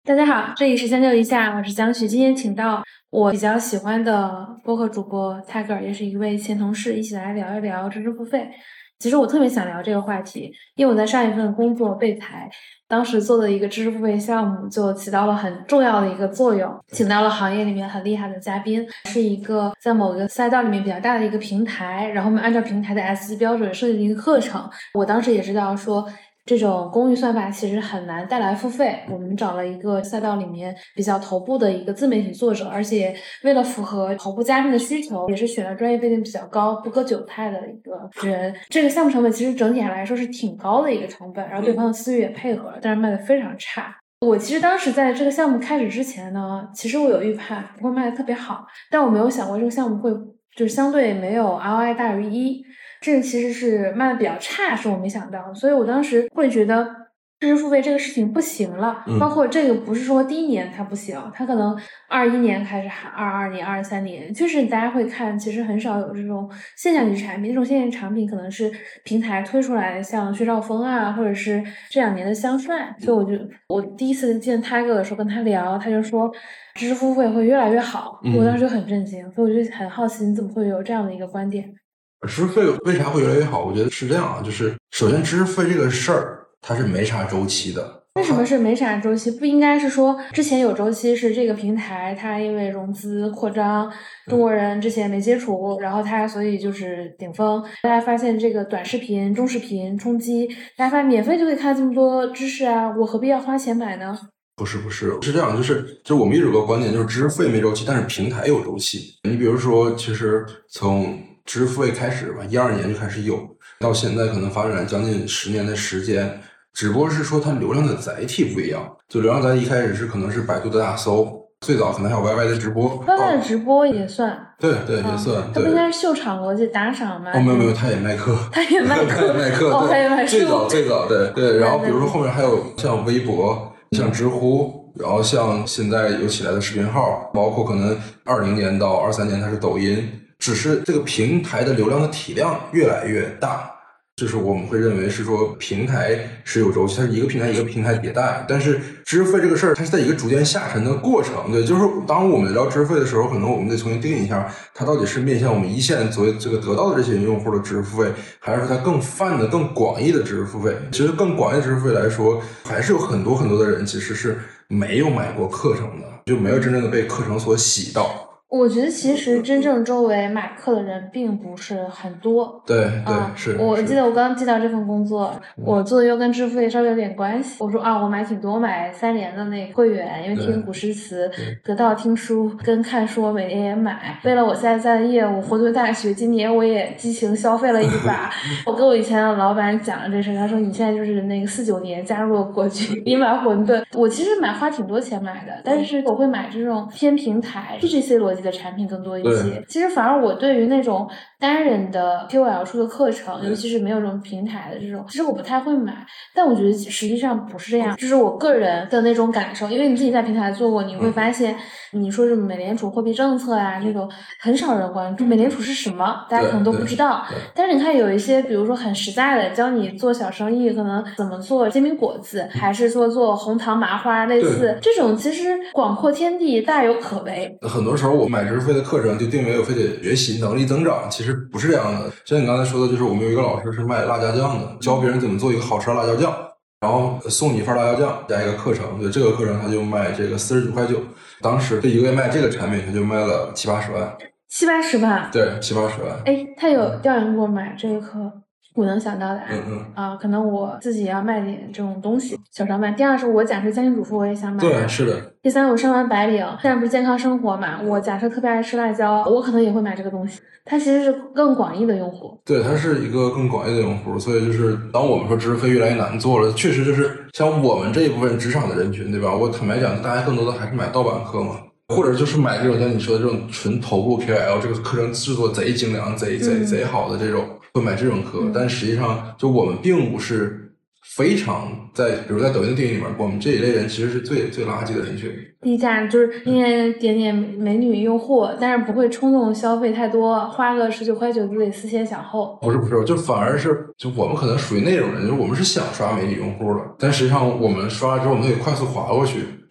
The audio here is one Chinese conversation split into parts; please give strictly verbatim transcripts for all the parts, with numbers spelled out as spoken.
大家好，这里是将就一下，我是江曲。今天请到我比较喜欢的播客主播 Tiger， 也是一位前同事，一起来聊一聊知识付费。其实我特别想聊这个话题，因为我在上一份工作被裁，当时做的一个知识付费项目就起到了很重要的一个作用，请到了行业里面很厉害的嘉宾，是一个在某个赛道里面比较大的一个平台，然后我们按照平台的 S 标准设计的一个课程。我当时也知道说这种公域算法其实很难带来付费，我们找了一个赛道里面比较头部的一个自媒体作者，而且为了符合头部嘉宾的需求，也是选了专业背景比较高、不割韭菜的一个人。这个项目成本其实整体来说是挺高的一个成本，然后对方的思域也配合了，但是卖的非常差。我其实当时在这个项目开始之前呢，其实我有预判不会卖的特别好，但我没有想过这个项目会就是相对没有 R O I 大于一。这个其实是卖的比较差，是我没想到，所以我当时会觉得知识付费这个事情不行了， 嗯、 包括这个不是说第一年它不行，它可能二一年开始喊，二二年、二三年，就是大家会看，其实很少有这种现象级产品，这种现象级产品可能是平台推出来的，像薛兆丰啊，或者是这两年的香帅，所以我就我第一次见 Tiger 的时候跟他聊，他就说知识付费会越来越好， 嗯、 我当时就很震惊，所以我就很好奇你怎么会有这样的一个观点。 知识付费为啥会越来越好？我觉得是这样啊，就是首先知识付费这个事儿它是没啥周期的。 为什么是没啥周期？不应该是说之前有周期，是这个平台它因为融资扩张，中国人之前没接触，然后它所以就是顶峰。大家发现这个短视频、中视频冲击，大家发现免费就可以看这么多知识啊，我何必要花钱买呢？ 不是不是，是这样，就是就是我们一直有个观点，就是知识付费没周期，但是平台有周期。你比如说，其实从知识付费开始吧，一二年就开始有，到现在可能发展将近十年的时间，只不过是说它流量的载体不一样。就流量载体一开始是可能是百度的大搜，最早可能还有 Y Y 的直播 ，Y Y 的直播也算。 对对也算， 它不应该是秀场逻辑打赏吗？ 哦，没有没有，他也卖课， 他也卖课， 他也卖课， 哦，他也卖最早最早对对，然后比如说后面还有像微博、像知乎，然后像现在有起来的视频号，包括可能二零年到二三年它是抖音，只是这个平台的流量的体量越来越大。就是我们会认为是说平台是有周期，它是一个平台一个平台迭代，但是知识付费这个事儿它是在一个逐渐下沉的过程。对，就是当我们聊知识费的时候，可能我们得重新定义一下它到底是面向我们一线作为这个得到的这些用户的知识付费，还是说它更泛的更广义的知识付费。其实更广义的知识付费来说，还是有很多很多的人其实是没有买过课程的，就没有真正的被课程所洗到。 我觉得其实真正周围买课的人并不是很多。 对对、 啊、 是。 我记得我刚接到这份工作，我做的又跟支付费稍微有点关系。我说啊，我买挺多，我买三联的那个会员，因为听古诗词、得到听书跟看书，我每年也买。为了我现在在的业务，活读大学，今年我也激情消费了一把。我跟我以前的老板讲了这事，他说你现在就是那个四九年加入了国军，你买馄饨。我其实买花挺多钱买的，但是我会买这种偏平台 P G C 逻辑的产品更多一些。其实反而我对于那种单人的 K O L 出的课程，尤其是没有这种平台的这种，其实我不太会买。但我觉得实际上不是这样，就是我个人的那种感受，因为你自己在平台做过，你会发现，你说是美联储货币政策啊，这种很少人关注。美联储是什么，大家可能都不知道。但是你看有一些，比如说很实在的，教你做小生意，可能怎么做煎饼果子，还是说做红糖麻花，类似这种，其实广阔天地大有可为。 很多时候我买知识费的课程就定为我非得学习能力增长，其实不是这样的。像你刚才说的，就是我们有一个老师是卖辣椒酱的，教别人怎么做一个好吃的辣椒酱，然后送你一份辣椒酱加一个课程，对，这个课程他就卖这个四十九块九，当时这一个月卖这个产品他就卖了七八十万， 七八十万， 对，七八十万。 哎，他有调研过买这个课？我能想到的啊， 嗯嗯啊，可能我自己要卖点这种东西，小商贩。第二是我假设家庭主妇，我也想买。 对，是的。 第三，我上完白领，现在不是健康生活嘛？我假设特别爱吃辣椒，我可能也会买这个东西。它其实是更广义的用户。 对，它是一个更广义的用户，所以就是当我们说知识费越来越难做了，确实就是像我们这一部分职场的人群，对吧？我坦白讲，大家更多的还是买盗版课嘛。或者就是买这种像你说的这种纯头部 K O L， 这个课程制作贼精良、贼贼贼好的这种，会买这种课。 嗯、 但实际上，就我们并不是非常在，比如在抖音的定义里面，我们这一类人其实是最最垃圾的人群。 低价就是一年点点美女用户，但是不会冲动消费太多，花个十九块九就得思前想后。 不是不是，就反而是就我们可能属于那种人，就是我们是想刷美女用户的，但实际上我们刷了之后，我们可以快速滑过去。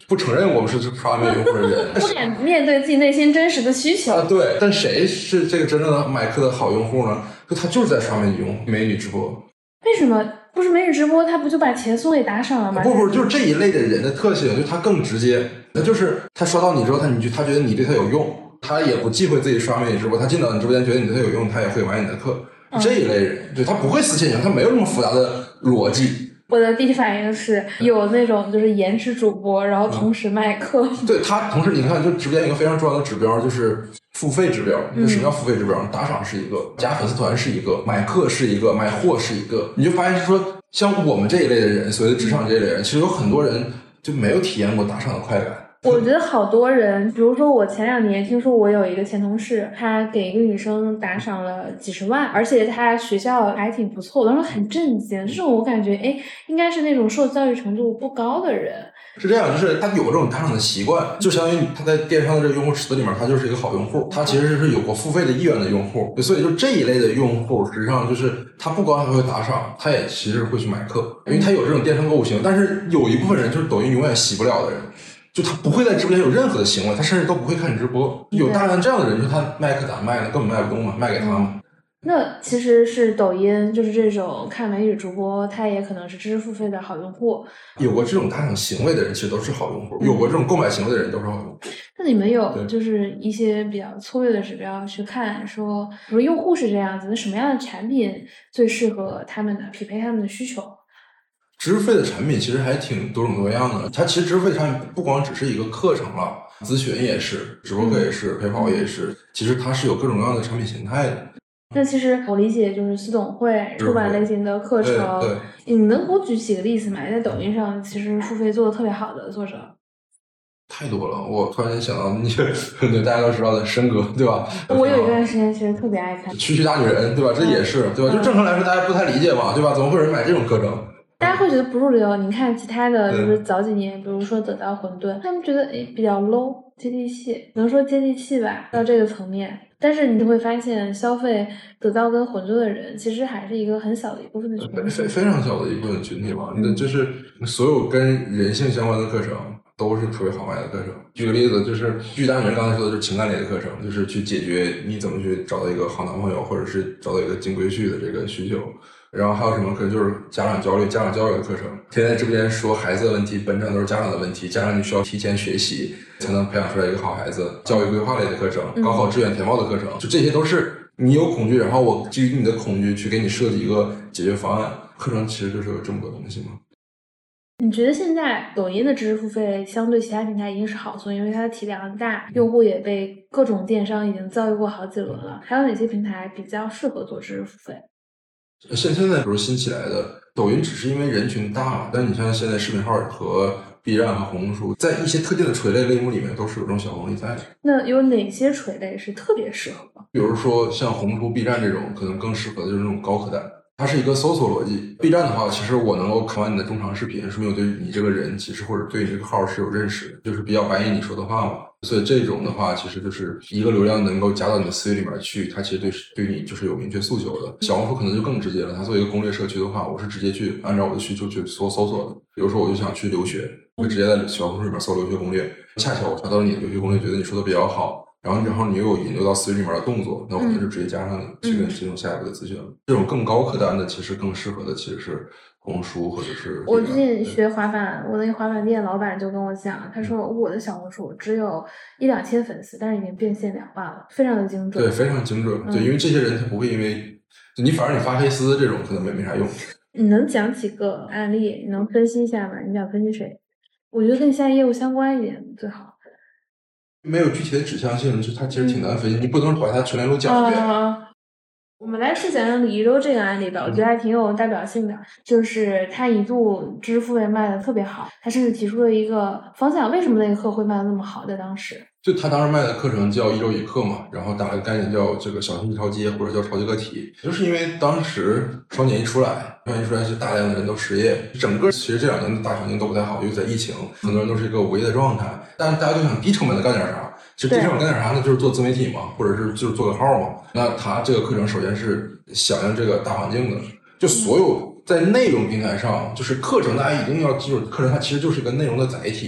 不承认我们是刷完美用户的人， 不敢面对自己内心真实的需求啊。对，但谁是这个真正的买课的好用户呢？就他就是在刷美女用美女直播。 为什么不是美女直播，他不就把钱送给打赏了吗？ 不不，就是这一类的人的特性，就他更直接，他就是他刷到你之后，他你就他觉得你对他有用，他也不忌讳自己刷美女直播，他进到你直播间觉得你对他有用，他也会买你的课。嗯、这一类人，对他不会私信你，他没有那么复杂的逻辑。 我的第一反应是有那种就是颜值主播，然后同时卖课。 嗯、对他同时，你看，就直播间一个非常重要的指标就是付费指标。那什么叫付费指标？打赏是一个，加粉丝团是一个，买课是一个，买货是一个。你就发现是说，像我们这一类的人，所谓的职场这一类人，其实有很多人就没有体验过打赏的快感。 我觉得好多人，比如说我前两年听说我有一个前同事，他给一个女生打赏了几十万，而且他学校还挺不错，我当时很震惊。这种我感觉，哎，应该是那种受教育程度不高的人。 是这样，就是他有这种打赏的习惯，就相当于他在电商的这个用户池子里面，他就是一个好用户，他其实是有过付费的意愿的用户，所以就这一类的用户，实际上就是他不光还会打赏，他也其实会去买课，因为他有这种电商购物行为。但是有一部分人就是抖音永远洗不了的人。就他不会在直播间有任何的行为，他甚至都不会看你直播。有大量这样的人，就他卖课咋卖呢？根本卖不动嘛，卖给他嘛。 那其实是抖音，就是这种看美女主播，他也可能是知识付费的好用户。 有过这种打赏行为的人，其实都是好用户；有过这种购买行为的人，都是好用户。 那你们有就是一些比较粗略的指标去看，说比如用户是这样子，那什么样的产品最适合他们的，匹配他们的需求？ 知识费的产品其实还挺多种多样的，它其实知识费产品不光只是一个课程了，咨询也是，直播课也是，陪跑也是，其实它是有各种各样的产品形态的。 那其实我理解就是私董会、出版类型的课程， 对对， 你能给我举几个例子吗？在抖音上其实付费做的特别好的作者太多了，我突然间想到那些对大家都知道的申哥，对吧？ 我有一段时间其实特别爱看区区大女人，对吧？这也是，对吧？就正常来说大家不太理解嘛，对吧？怎么会有人买这种课程？ 大家会觉得不入流。你看其他的就是早几年，比如说得到混沌，他们觉得诶比较 low 接地气，能说接地气吧，到这个层面。但是你会发现，消费得到跟混沌的人，其实还是一个很小的一部分的群体， 非非常小的一部分群体嘛。那就是所有跟人性相关的课程都是特别好卖的课程。举个例子，就是巨大女人刚才说的就是情感类的课程，就是去解决你怎么去找到一个好男朋友，或者是找到一个金龟婿的这个需求。然后还有什么课程，就是家长焦虑、家长教育的课程。天天直播间说孩子的问题，本质上都是家长的问题。家长你需要提前学习，才能培养出来一个好孩子。教育规划类的课程，高考志愿填报的课程，就这些都是你有恐惧，然后我基于你的恐惧去给你设计一个解决方案。课程其实就是有这么多东西嘛。 你觉得现在抖音的知识付费相对其他平台已经是好做，因为它的体量大，用户也被各种电商已经教育过好几轮了。还有哪些平台比较适合做知识付费？ 现现在比如新起来的抖音，只是因为人群大嘛，但你像现在视频号和 B 站和红书，在一些特定的垂类类目里面都是有这种小红利在的。 那有哪些垂类是特别适合的？ 比如说像红书、B 站这种，可能更适合的就是那种高客单。它是一个搜索逻辑。B 站的话，其实我能够看完你的中长视频，说明我对你这个人其实或者对你这个号是有认识的，就是比较白眼你说的话嘛。所以这种的话，其实就是一个流量能够加到你的思维里面去，它其实对对你就是有明确诉求的。小红书可能就更直接了，它作为一个攻略社区的话，我是直接去按照我的需求去搜搜索的。比如说我就想去留学，我会直接在小红书里面搜留学攻略，恰巧我查到了你的留学攻略，觉得你说的比较好。然后，然后你又有引流到思维里面的动作，那我可能就直接加上你去跟进入下一步的咨询了。嗯、这种更高客单的，其实更适合的其实是红书或者是。 我最近学滑板，我那个滑板店老板就跟我讲，他说我的小红书只有一两千粉丝，但是已经变现两万了，非常的精准。 对，非常精准。嗯、对，因为这些人他不会因为就你反而你发黑丝这种可能没没啥用。 你能讲几个案例？你能分析一下吗？你想分析谁？我觉得跟你现在业务相关一点最好。 没有具体的指向性，就它其实挺难分析，嗯、你不能把它全链路讲一遍。 啊、我们来试讲讲李一舟这个案例吧，我觉得还挺有代表性的。嗯、就是他一度知识付费卖的特别好，他甚至提出了一个方向，为什么那个课会卖的那么好？在当时， 就他当时卖的课程叫一周一课嘛，然后打了个概念叫这个小型一条街或者叫超级个体，就是因为当时双减一出来，双减一出来是大量的人都失业，整个其实这两年的大环境都不太好，又在疫情，很多人都是一个无业的状态，但是大家都想低成本的干点啥。其实低成本干点啥呢？就是做自媒体嘛，或者是就是做个号嘛。那他这个课程首先是响应这个大环境的，就所有在内容平台上，就是课程大家一定要记住，课程它其实就是一个内容的载体。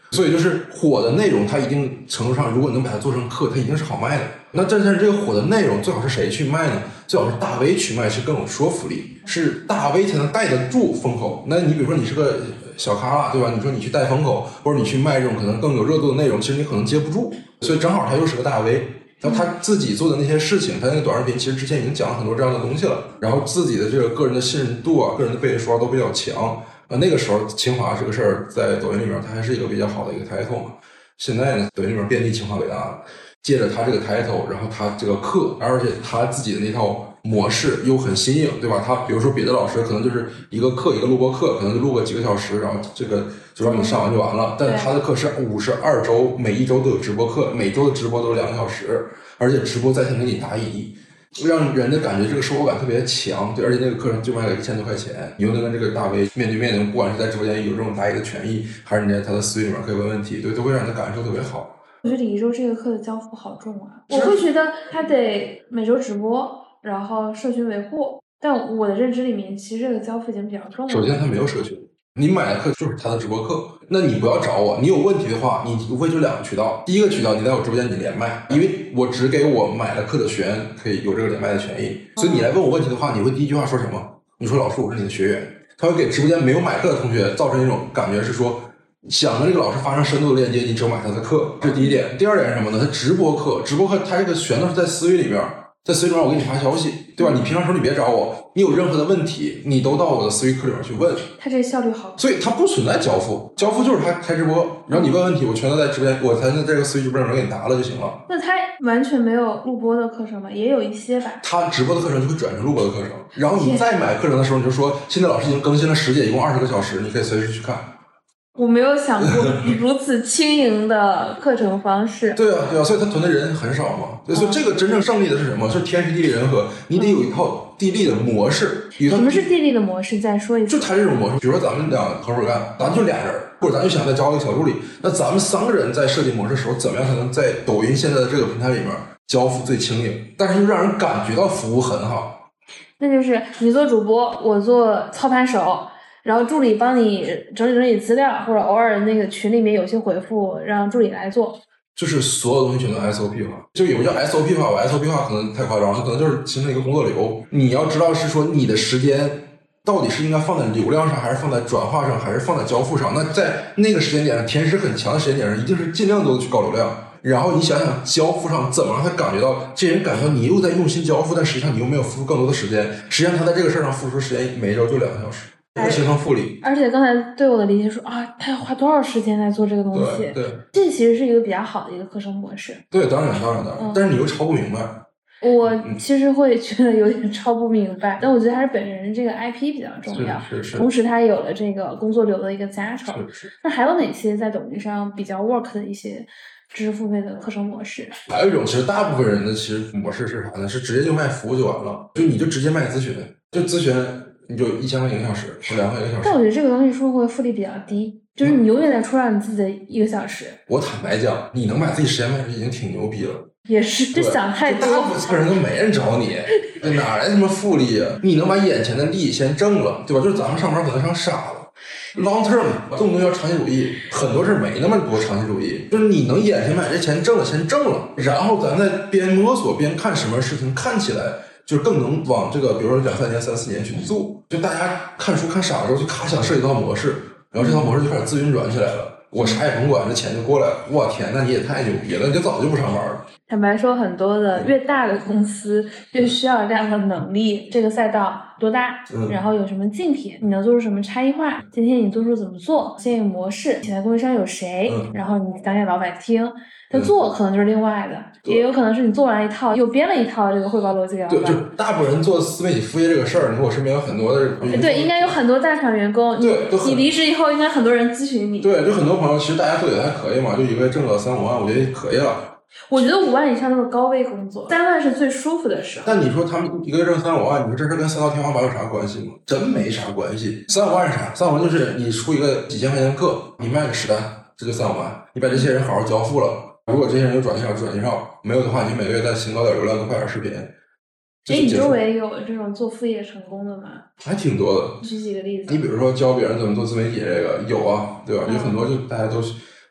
所以就是火的内容，它一定程度上，如果你能把它做成课，它一定是好卖的。那但是这个火的内容最好是谁去卖呢？最好是大 V 去卖，是更有说服力，是大 V 才能带得住风口。那你比如说你是个小咖啦，对吧？你说你去带风口，或者你去卖这种可能更有热度的内容，其实你可能接不住。所以正好他又是个大 V， 然后他自己做的那些事情，他那个短视频其实之前已经讲了很多这样的东西了，然后自己的这个个人的信任度啊，个人的背书都比较强。呃，那个时候清华这个事儿在抖音里面，它还是一个比较好的一个 title 嘛。现在呢，抖音里面遍地清华北大了，借着他这个 title， 然后他这个课，而且他自己的那套模式又很新颖，对吧？他比如说别的老师可能就是一个课一个录播课，可能就录个几个小时，然后这个就让你上完就完了。但他的课是五十二周，每一周都有直播课，每周的直播都是两个小时，而且直播在线给你答疑。让人的感觉这个生活感特别强，对，而且那个课程就卖了一千多块钱，你又能跟这个大 V 面对面的，不管是在直播间有这种答疑的权益，还是你在他的思维里面可以问问题，对，都会让你的感受特别好。 我觉得李一舟这个课的交付好重啊，我会觉得他得每周直播，然后社群维护，但我的认知里面，其实这个交付已经比较重了。 首先，他没有社群。你买的课就是他的直播课，那你不要找我，你有问题的话，你无非就两个渠道。第一个渠道，你在我直播间你连麦，因为我只给我买了课的学员可以有这个连麦的权益，所以你来问我问题的话，你会第一句话说什么？你说老师，我是你的学员，他会给直播间没有买课的同学造成一种感觉是说，想跟这个老师发生深度的链接，你只有买他的课，这是第一点。第二点是什么呢？他直播课，直播课他这个全都是在私域里面。在私域里面我给你发消息，对吧？你平常时候你别找我，你有任何的问题，你都到我的私域课里面去问。 他这个效率好， 所以他不存在交付，交付就是他开直播，然后你问问题，我全都在直播间，我才在这个私域直播上给你答了就行了。 那他完全没有录播的课程吗？也有一些吧。他直播的课程就会转成录播的课程，然后你再买课程的时候，你就说现在老师已经更新了十节，一共二十个小时，你可以随时去看。 我没有想过如此轻盈的课程方式。 对啊，对啊，所以他团队人很少嘛。所以这个真正胜利的是什么？是天时地利人和，你得有一套地利的模式。 什么是地利的模式？再说一次。 就他这种模式，比如说咱们俩合伙干，咱就俩人，或者咱就想再招一个小助理，那咱们三个人在设计模式的时候，怎么样才能在抖音现在的这个平台里面交付最轻盈，但是又让人感觉到服务很好？ 那就是你做主播，我做操盘手。然后助理帮你整理整理资料，或者偶尔那个群里面有些回复，让助理来做。 就是所有东西全都 S O P 化，就有个叫 S O P 化，我 S O P 化可能太夸张了，可能就是形成一个工作流。你要知道是说你的时间到底是应该放在流量上，还是放在转化上，还是放在交付上。那在那个时间点上，天时很强的时间点上，一定是尽量多的去搞流量。然后你想想交付上怎么让他感觉到，这人感觉到你又在用心交付，但实际上你又没有付出更多的时间，实际上他在这个事儿上付出时间每周就两个小时。形成复利， 而且刚才对我的理解说啊，他要花多少时间来做这个东西？ 对，对这其实是一个比较好的一个课程模式。 对，当然，当然，当然，嗯、但是你又超不明白。 我其实会觉得有点超不明白，但我觉得还是本人这个 I P 比较重要， 是是是同时它有了这个工作流的一个加成。 是是那还有哪些在抖音上比较 work 的一些知识付费的课程模式？ 还有一种，其实大部分人的其实模式是啥呢？是直接就卖服务就完了，就你就直接卖咨询，就咨询。你就一千块一个小时，或两块一个小时。 但我觉得这个东西是会复利比较低，就是你永远在出让你自己的一个小时。 我坦白讲，你能把自己时间卖出已经挺牛逼了。 也是，就想太多。 大部分人都没人找你，哪来他妈复利啊？你能把眼前的利先挣了，对吧？就是咱们上班可能上傻了。long term 动不动要长期主义，很多事没那么多长期主义，就是你能眼前把这钱挣了，先挣了，然后咱再边摸索边看什么事情看起来。就是更能往这个，比如说两三年、三四年去做。就大家看书看傻了之后，就咔想设计一套模式，然后这套模式就开始自运转起来了。我啥也甭管，这钱就过来了。我天，那你也太牛逼了，你就早就不上班了。 坦白说，很多的越大的公司越需要这样的能力。这个赛道多大？嗯、然后有什么竞品？你能做出什么差异化？今天你做出怎么做？现有模式？潜在供应商有谁？嗯、然后你讲给老板听。他做可能就是另外的，嗯、也有可能是你做完一套又编了一套这个汇报逻辑给老板。 对，就大部分人做自媒体副业这个事儿，你说我身边有很多的， 对，应该有很多大厂员工。 对， 你离职以后，应该很多人咨询你。 对，就很多朋友其实大家做的还可以嘛，就一个月挣个三五万，我觉得可以了。 我觉得五万以上都是高危工作，三万是最舒服的时候。 但你说他们一个月挣三五万，你说这事跟三到天花板有啥关系吗？真没啥关系。三五万是啥？三五万就是你出一个几千块钱课，你卖个十单，这就三五万。你把这些人好好交付了。如果这些人有转介绍，转介绍没有的话，你每个月再新搞点流量，多拍点视频。 哎，你周围有这种做副业成功的吗？ 还挺多的。 举几个例子。 你比如说教别人怎么做自媒体，这个有啊，对吧？嗯、有很多就大家都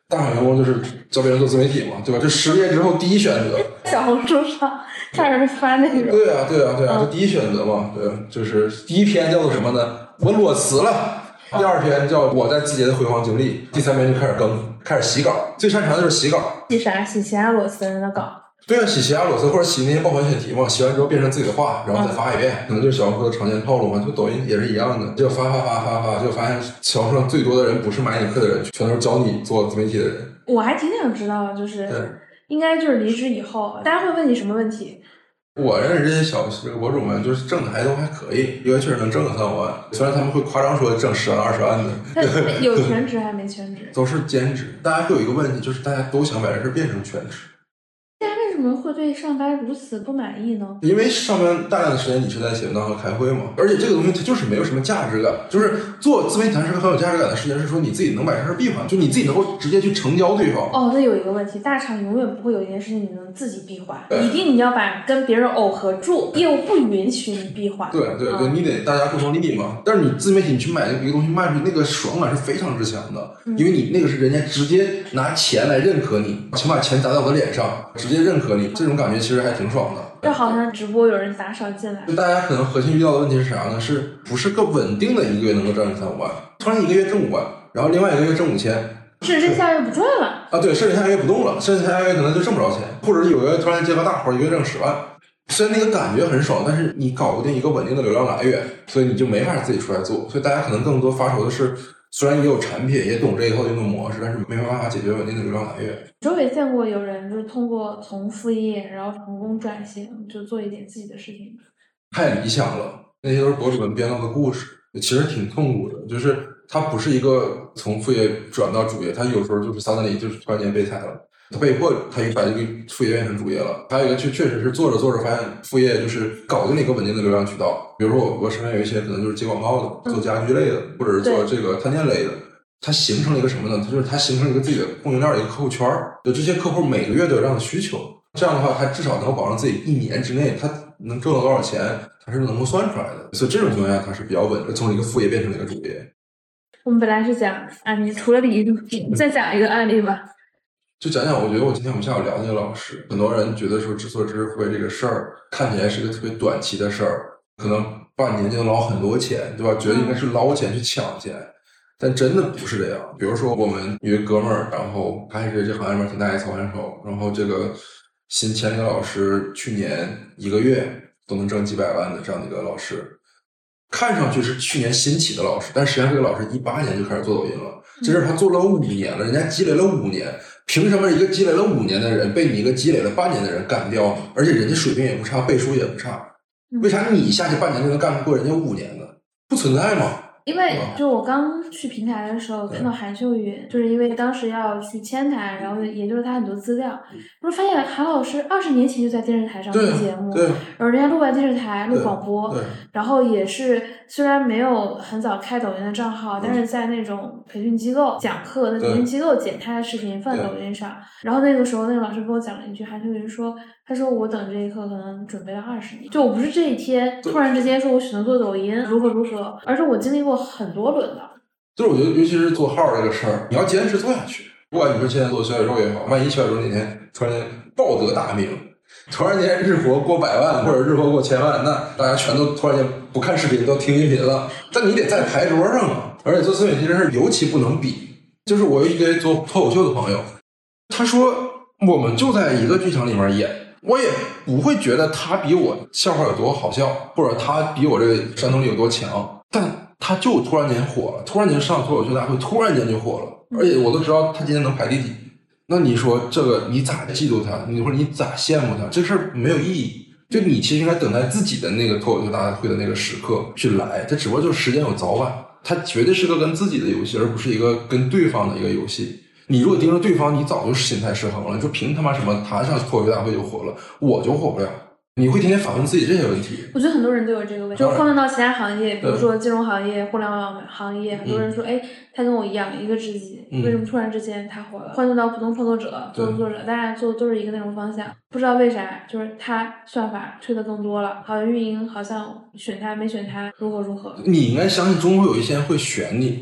大厂员工就是教别人做自媒体嘛，对吧？这失业之后第一选择， 小红书上看人发内容。 对啊，对啊，对啊，这、嗯、第一选择嘛，对，就是第一篇叫做什么呢？我裸辞了。第二篇叫我在字节的辉煌经历，第三篇就开始更，开始洗稿，最擅长的就是洗稿。 洗啥？洗其他裸辞人的稿。 对啊，洗其他裸辞或者洗那些爆款选题嘛，洗完之后变成自己的话，然后再发一遍，嗯、可能就是小红书的常见套路嘛，就抖音也是一样的，就发发发发发，就发现小红书上最多的人不是买你课的人，全都是教你做自媒体的人。 我还挺想知道，就是应该就是离职以后，大家会问你什么问题？ 我认识这些小这个博主们，就是挣的还都还可以，因为确实能挣个三五万，虽然他们会夸张说挣十万二十万的。 有全职还没全职？ 都是兼职。大家会有一个问题，就是大家都想把这事变成全职。 大家为什么会对上班如此不满意呢？ 因为上班大量的时间你是在写文档和开会嘛，而且这个东西它就是没有什么价值感。就是做自媒体是个很有价值感的事情，是说你自己能把这事闭环，就你自己能够直接去成交对方。 哦，那有一个问题，大厂永远不会有一件事情你能自己闭环，一定你要把跟别人耦合住，业务不允许你闭环。 对对对，嗯、你得大家共同利益嘛。但是你自媒体你去买一个东西卖出去，那个爽感是非常之强的，嗯、因为你那个是人家直接拿钱来认可你，请把钱砸在我的脸上，直接认可你，这种感觉其实还挺爽的。 就好像直播有人打赏进来， 就大家可能核心遇到的问题是啥呢？是不是个稳定的一个月能够赚三五万？突然一个月挣五万，然后另外一个月挣五千， 甚至下个月不赚了啊？对，甚至下个月不动了，甚至下个月可能就挣不着钱，或者是有个月突然接个大活，一个月挣十万。虽然那个感觉很爽，但是你搞不定一个稳定的流量来源，所以你就没法自己出来做。所以大家可能更多发愁的是，虽然也有产品，也懂这一套运作模式，但是没有办法解决稳定的流量来源。 周围见过有人就是通过从副业然后成功转型，就做一点自己的事情。 太理想了，那些都是博主们编造的故事，其实挺痛苦的。就是他不是一个从副业转到主业，他有时候就是三那里就是突然间被裁了。他被迫他把这个副业变成主业了，还有一个确确实是做着做着发现副业就是搞定了一个稳定的流量渠道。比如说我我身边有一些可能就是接广告的，做家居类的，或者是做这个探店类的，它形成了一个什么呢？它就是它形成了一个自己的供应链一个客户圈，就这些客户每个月都有这样的需求，这样的话他至少能够保证自己一年之内他能挣到多少钱，他是能够算出来的。所以这种情况下它是比较稳的，从一个副业变成了一个主业。 我们本来是讲案例，除了李一再讲一个案例吧。 就讲讲，我觉得我今天我们下午聊那个老师，很多人觉得说制作知识付费这个事儿看起来是个特别短期的事儿，可能半年就能捞很多钱，对吧？觉得应该是捞钱去抢钱，但真的不是这样。比如说我们一个哥们儿，然后他还是这行业里面挺大一操盘手，然后这个新签那个老师去年一个月都能挣几百万的这样的一个老师，看上去是去年新起的老师，但实际上这个老师一八年就开始做抖音了，这事他做了五年了，人家积累了五年。凭什么一个积累了五年的人被你一个积累了半年的人干掉？而且人家水平也不差，背书也不差，为啥你下去半年就能干不过人家五年呢？不存在吗？ 因为就我刚去平台的时候看到韩秀云，就是因为当时要去签台，然后研究了他很多资料，不是发现韩老师二十年前就在电视台上录节目， 对， 然后人家录完电视台录广播，然后也是虽然没有很早开抖音的账号，但是在那种培训机构讲课的培训机构剪他的视频放在抖音上，然后那个时候那个老师跟我讲了一句，韩秀云说，他说我等这一刻可能准备了二十年，就我不是这一天突然之间说我选择做抖音如何如何，而是我经历过很多轮的。 就是我觉得尤其是做号这个事儿，你要坚持做下去，不管你说现在做小宇宙也好，万一小宇宙哪天突然间报得大名，突然间日活过百万或者日活过千万，那大家全都突然间不看视频都听音频了，但你得在牌桌上啊。而且做自媒体这事儿尤其不能比，就是我有一个做脱口秀的朋友，他说我们就在一个剧场里面演，我也不会觉得他比我笑话有多好笑，或者他比我这个煽动力有多强，但他就突然间火了，突然间上脱口秀大会，突然间就火了，而且我都知道他今天能排第几。那你说这个你咋嫉妒他？你或者你咋羡慕他？这事儿没有意义。就你其实应该等待自己的那个脱口秀大会的那个时刻去来，这只不过就是时间有早晚，它绝对是个跟自己的游戏，而不是一个跟对方的一个游戏。你如果盯着对方，你早就心态失衡了。你说凭他妈什么他上脱口秀大会就火了，我就火不了？你会天天反问自己这些问题。 我觉得很多人都有这个问题，就换算到其他行业，比如说金融行业、互联网行业，很多人说，哎，他跟我一样一个知己，嗯、为什么突然之间他火了？换算到普通创作者、做作者，大家做的都是一个内容方向，不知道为啥，就是他算法推的更多了，好像运营好像选他没选他，如何如何。 你应该相信，终会有一些人会选你。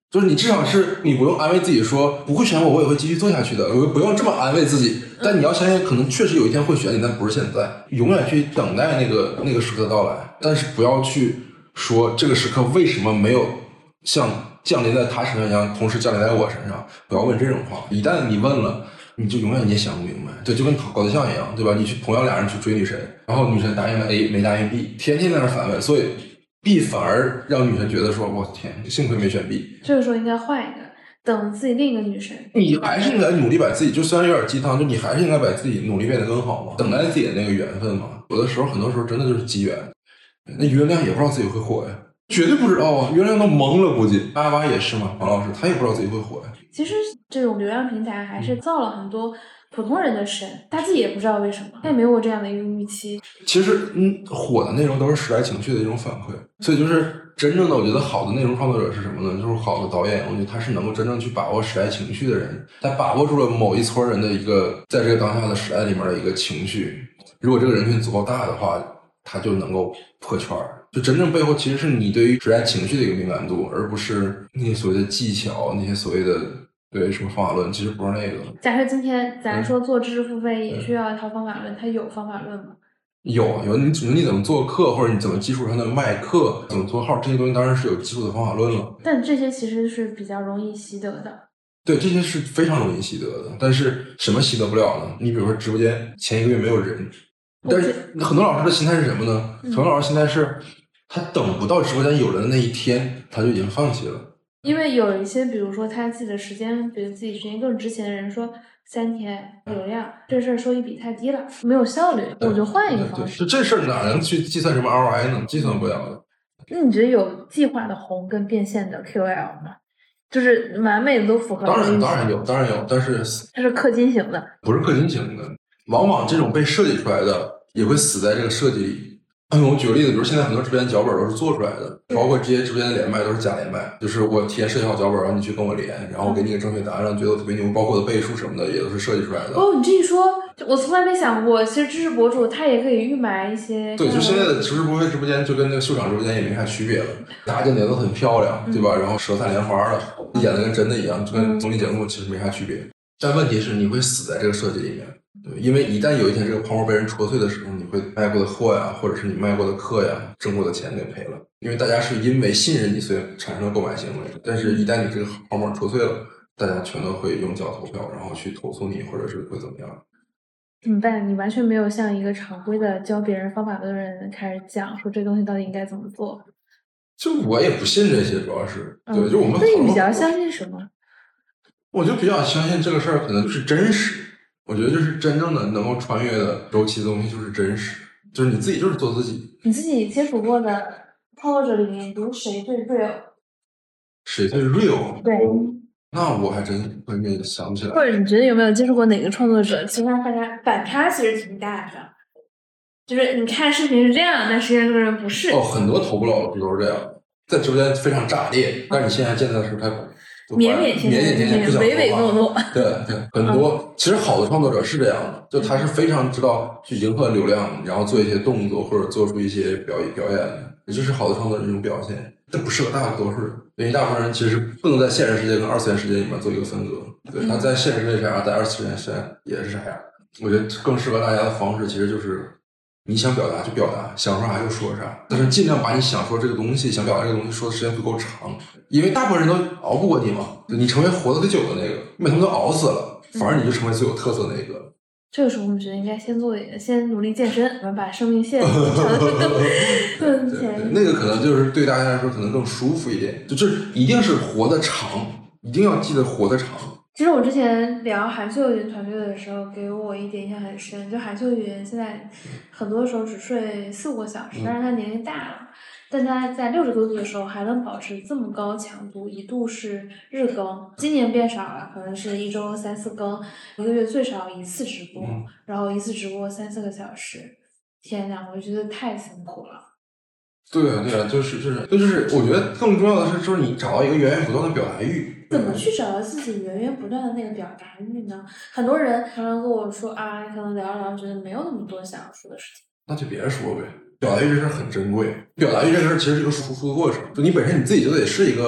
就是你至少是你不用安慰自己说不会选我，我也会继续做下去的，我不用这么安慰自己。但你要相信，可能确实有一天会选你，但不是现在，永远去等待那个那个时刻的到来。但是不要去说这个时刻为什么没有像降临在他身上一样，同时降临在我身上。不要问这种话，一旦你问了，你就永远你也想不明白。对，就跟搞对象一样，对吧？你去同样俩人去追女神，然后女神答应了 A 没答应 B， 天天在那反问，所以 B 反而让女神觉得说，我天，幸亏没选 B。 这个时候应该换一个，等自己另一个女神。 你还是应该努力把自己，就虽然有点鸡汤，就你还是应该把自己努力变得更好嘛，等待自己的那个缘分嘛。有的时候，很多时候真的就是机缘。那月亮也不知道自己会火呀，绝对不知道啊！月亮都懵了，估计阿娃也是嘛，王老师他也不知道自己会火呀。 其实这种流量平台还是造了很多普通人的神，他自己也不知道为什么，他也没有这样的一个预期。 其实，嗯，火的内容都是时代情绪的一种反馈，所以就是真正的，我觉得好的内容创作者是什么呢？就是好的导演，我觉得他是能够真正去把握时代情绪的人，他把握住了某一撮人的一个在这个当下的时代里面的一个情绪。如果这个人群足够大的话，他就能够破圈儿。就真正背后其实是你对于时代情绪的一个敏感度，而不是那些所谓的技巧，那些所谓的对什么方法论，其实不是那个。 假设今天咱说做知识付费也需要一套方法论，它有方法论吗？ 有有，你你怎么做课，或者你怎么基础上的卖课，怎么做号，这些东西当然是有基础的方法论了。 但这些其实是比较容易习得的。 对，这些是非常容易习得的。但是什么习得不了呢？你比如说直播间前一个月没有人，但是很多老师的心态是什么呢？很多老师心态是他等不到直播间有人的那一天，他就已经放弃了。 因为有一些，比如说他自己的时间，比自己时间更值钱的人说，三天流量这事儿收益比太低了，没有效率，我就换一个方式。 就这事儿哪能去计算什么 R O I 呢？计算不了的。 那你觉得有计划的红跟变现的 Q O L 吗？就是完美的都符合。 当然当然有，当然有，但是它是氪金型的， 不是氪金型的。往往这种被设计出来的也会死在这个设计里。我举个例子，比如现在很多直播间脚本都是做出来的，包括这些直播间的连麦都是假连麦，就是我提前设计好脚本，然后你去跟我连，然后我给你个正确答案，让觉得我特别牛，包括我的倍数什么的也都是设计出来的。 哦，你这一说，我从来没想过，其实知识博主他也可以预埋一些。 对，就现在的知识付费直播间就跟那个秀场直播间也没啥区别了，大家脸都很漂亮，对吧？然后舌灿莲花的，演的跟真的一样，就跟综艺节目其实没啥区别。但问题是你会死在这个设计里面。对，因为一旦有一天这个泡沫被人戳碎的时候，你会卖过的货呀，或者是你卖过的课呀，挣过的钱给赔了。因为大家是因为信任你，所以产生了购买行为。但是，一旦你这个泡沫戳碎了，大家全都会用脚投票，然后去投诉你，或者是会怎么样？ 怎么办？你完全没有像一个常规的教别人方法论的人开始讲，说这东西到底应该怎么做。 就我也不信这些，主要是对，嗯、就我们。 那你比较相信什么？ 我就比较相信这个事儿可能就是真实。我觉得就是真正的能够穿越的周期的东西就是真实，就是你自己就是做自己。 你自己接触过的创作者里面，比如谁最 real？ 谁最 real？ 对， 那我还真会没想不起来。 或者你觉得有没有接触过哪个创作者，其实他反差反差其实挺大的，就是你看视频是这样，但实际上这个人不是。 哦，很多头部老师都是这样，在直播间非常炸裂，但是你现在见到的时候他。 腼腼腆腆，唯唯诺诺。 对对，很多、嗯、其实好的创作者是这样的，就他是非常知道去迎合流量，然后做一些动作或者做出一些表演表演的，也就是好的创作者这种表现。这不适合大多数人，因为大部分人其实不能在现实世界跟二次元世界里面做一个分隔。对，他在现实世界啥，在二次元世界也是啥样。我觉得更适合大家的方式其实就是你想表达就表达，想说啥就说啥，但是尽量把你想说这个东西、想表达这个东西说的时间足够长，因为大部分人都熬不过你嘛。你成为活得最久的那个，每天都熬死了，反而你就成为最有特色的那个。 这个时候我们觉得应该先做，先努力健身，我们把生命线更前。 那个可能就是对大家来说可能更舒服一点，就这一定是活得长，一定要记得活得长。 其实我之前聊韩秀云团队的时候，给我一点印象很深，就韩秀云现在很多时候只睡四五个小时，但是她年龄大了，但她在六十多岁的时候还能保持这么高强度，一度是日更，今年变少了，可能是一周三四更，一个月最少一次直播，然后一次直播三四个小时，天哪，我觉得太辛苦了。 对啊，对啊，就是就是就是，我觉得更重要的是，就是你找到一个源源不断的表达欲。 怎么去找到自己源源不断的那个表达欲呢？很多人常常跟我说啊，可能聊一聊，觉得没有那么多想要说的事情。 那就别说呗，表达欲这事很珍贵。表达欲这事其实是一个输出的过程，就你本身你自己就得是一个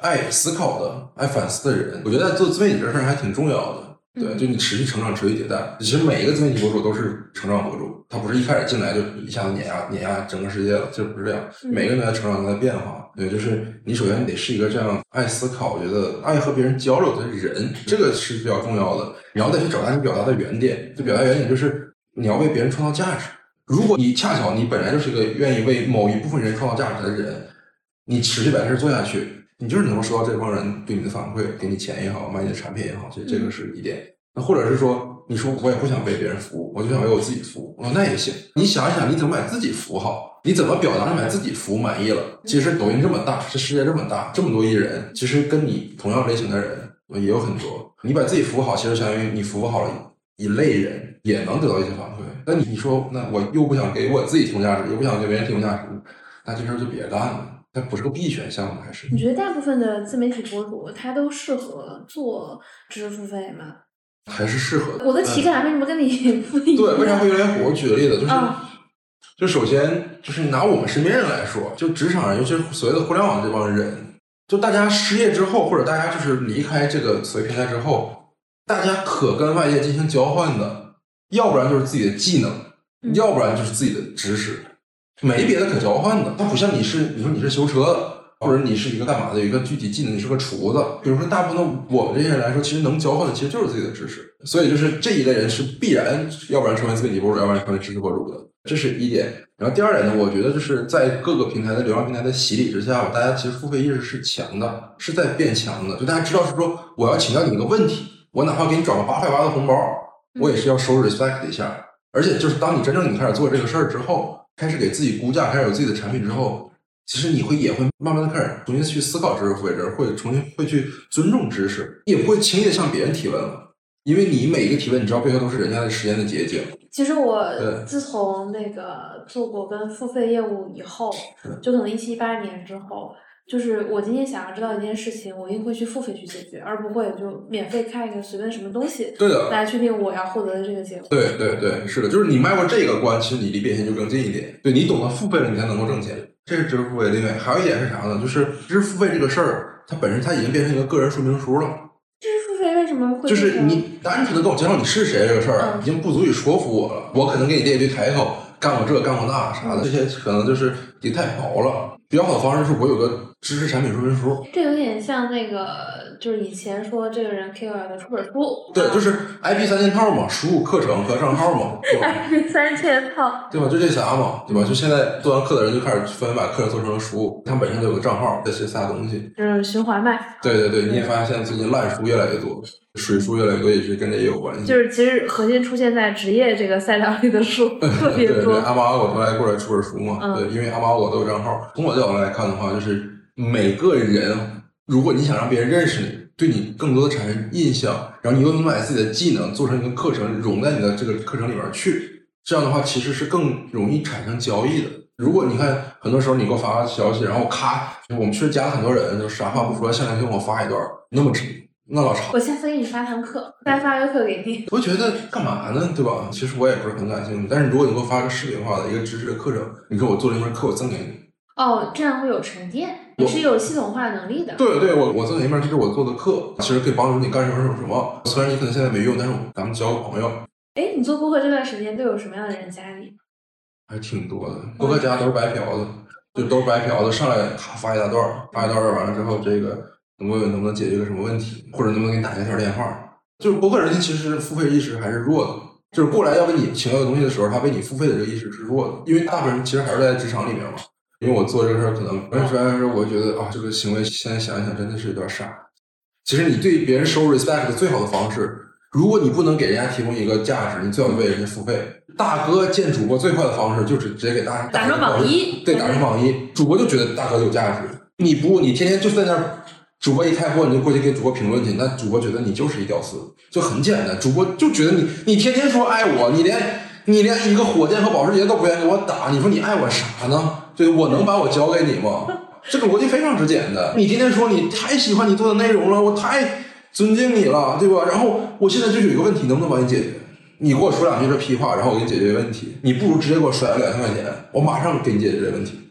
爱思考的、爱反思的人。我觉得在做自媒体这事儿还挺重要的。对，就你持续成长、持续迭代。其实每一个自媒体博主都是成长博主，他不是一开始进来就一下子碾压碾压整个世界了，这不是这样。每个人都在成长、都在变化。对，就是你首先你得是一个这样爱思考、觉得爱和别人交流的人，这个是比较重要的。然后再去找到你表达的原点，就表达原点就是你要为别人创造价值。如果你恰巧你本来就是一个愿意为某一部分人创造价值的人，你持续把这事做下去。你就是能够收到这帮人对你的反馈，给你钱也好，买你的产品也好，所以这个是一点。那或者是说，你说我也不想为别人服务，我就想为我自己服务，我说那也行。你想一想，你怎么把自己服务好？你怎么表达你把自己服务满意了？其实抖音这么大，这世界这么大，这么多亿人，其实跟你同样类型的人也有很多。你把自己服务好，其实相当于你服务好了一类人，也能得到一些反馈。那你说，那我又不想给我自己提供价值，又不想给别人提供价值，那这事儿就别干了。它不是个必选项吗？还是？ 你觉得大部分的自媒体博主他都适合做知识付费吗？ 还是适合的。 我的体感为什么跟你不一样？ 对，为啥会越来越火？我举个例子，就是， 嗯、 就首先就是拿我们身边人来说，就职场人，尤其是所谓的互联网这帮人，就大家失业之后，或者大家就是离开这个所谓平台之后，大家可跟外界进行交换的，要不然就是自己的技能， 嗯、 要不然就是自己的知识。没别的可交换的，它不像你是，你说你是修车的，或者你是一个干嘛的，有一个具体技能，你是个厨子。比如说，大部分的我们这些人来说，其实能交换的其实就是自己的知识。所以就是这一类人是必然，要不然成为自媒体博主，要不然成为知识博主的，这是一点。然后第二点呢，我觉得就是在各个平台的流量平台的洗礼之下，大家其实付费意识是强的，是在变强的。就大家知道是说，我要请教你一个问题，我哪怕给你转个八块八的红包，我也是要收 respect 一下。而且就是当你真正你开始做这个事儿之后，开始给自己估价，开始有自己的产品之后，其实你会也会慢慢的开始重新去思考知识付费这，会重新会去尊重知识，也不会轻易的向别人提问了，因为你每一个提问，你知道背后都是人家的时间的结晶。 其实我自从那个做过跟付费业务以后，就可能一七一八年之后。就是我今天想要知道一件事情，我一定会去付费去解决，而不会就免费看一个随便什么东西， 对的， 来确定我要获得的这个结果。 对对对，是的，就是你迈过这个关，其实你离变现就更近一点。对，你懂得付费了，你才能够挣钱，这是知识付费的另外。还有一点是啥呢？就是知识付费这个事儿，它本身它已经变成一个个人说明书了。 知识付费为什么会？ 就是你单纯的跟我介绍你是谁这个事儿， 嗯、 已经不足以说服我了。我可能给你列一堆抬头，干过这干过那啥的，这些可能就是也太薄了。比较好的方式是我有个知识产品说明书， 这有点像那个，就是以前说这个人 K O L 的出本书， 对，就是 I P 三件套嘛，输入课程和账号嘛 ，I P 三件套， 对吧？就这仨嘛，对吧？就现在做完课的人就开始纷纷把课程做成了书，他们本身就有个账号，这些仨东西， 就是循环卖。 对对对，你也发现现在最近烂书越来越多，水书越来越多，也是跟这也有关系。 就是其实核心出现在职业这个赛道里的书特别多。 对对，阿猫阿狗都来过来出本书嘛， 嗯、 对，因为阿猫阿狗都有账号。从我角度来看的话，就是每个人，如果你想让别人认识你，对你更多的产生印象，然后你又能把自己的技能做成一个课程，融在你的这个课程里面去，这样的话其实是更容易产生交易的。如果你看很多时候你给我发消息，然后咔，我们确实加了很多人，就啥话不说，下来给我发一段，那么那老长。 我下次给你发堂课，再发个课给你。 我觉得干嘛呢，对吧？其实我也不是很感兴趣，但是如果你给我发个视频化的一个知识的课程，你说我做了一门课，我赠给你。 哦，这样会有沉淀，你是有系统化能力的。 对对，我我赠你一门就是我做的课，其实可以帮助你干什么什么什么。虽然你可能现在没用，但是咱们交个朋友。 哎，你做播客这段时间都有什么样的人加你？ 还挺多的，播客加都是白嫖的，就都是白嫖的，上来咔发一大段，发一大段完了之后，这个能不能能不能解决个什么问题，或者能不能给你打一条电话？就是播客人家其实付费意识还是弱的，就是过来要给你请要的东西的时候，他为你付费的这个意识是弱的，因为大部分人其实还是在职场里面嘛。因为我做这个事儿，可能刚才说，我觉得啊，这个行为现在想一想真的是有点傻。其实你对别人收 respect 的最好的方式，如果你不能给人家提供一个价值，你最好为人家付费。大哥见主播最快的方式就是直接给大家打成榜一， 对，打成榜一，主播就觉得大哥有价值。你不，你天天就在那儿，主播一开播你就过去给主播评论去，那主播觉得你就是一屌丝，就很简单。主播就觉得你，你天天说爱我，你连你连一个火箭和保时捷都不愿意给我打，你说你爱我啥呢？对，我能把我交给你吗？这个逻辑非常之简单。你天天说你太喜欢你做的内容了，我太尊敬你了，对吧？然后我现在就有一个问题，能不能帮你解决？你给我说两句这屁话，然后我给你解决问题，你不如直接给我甩了两千块钱，我马上给你解决这个问题。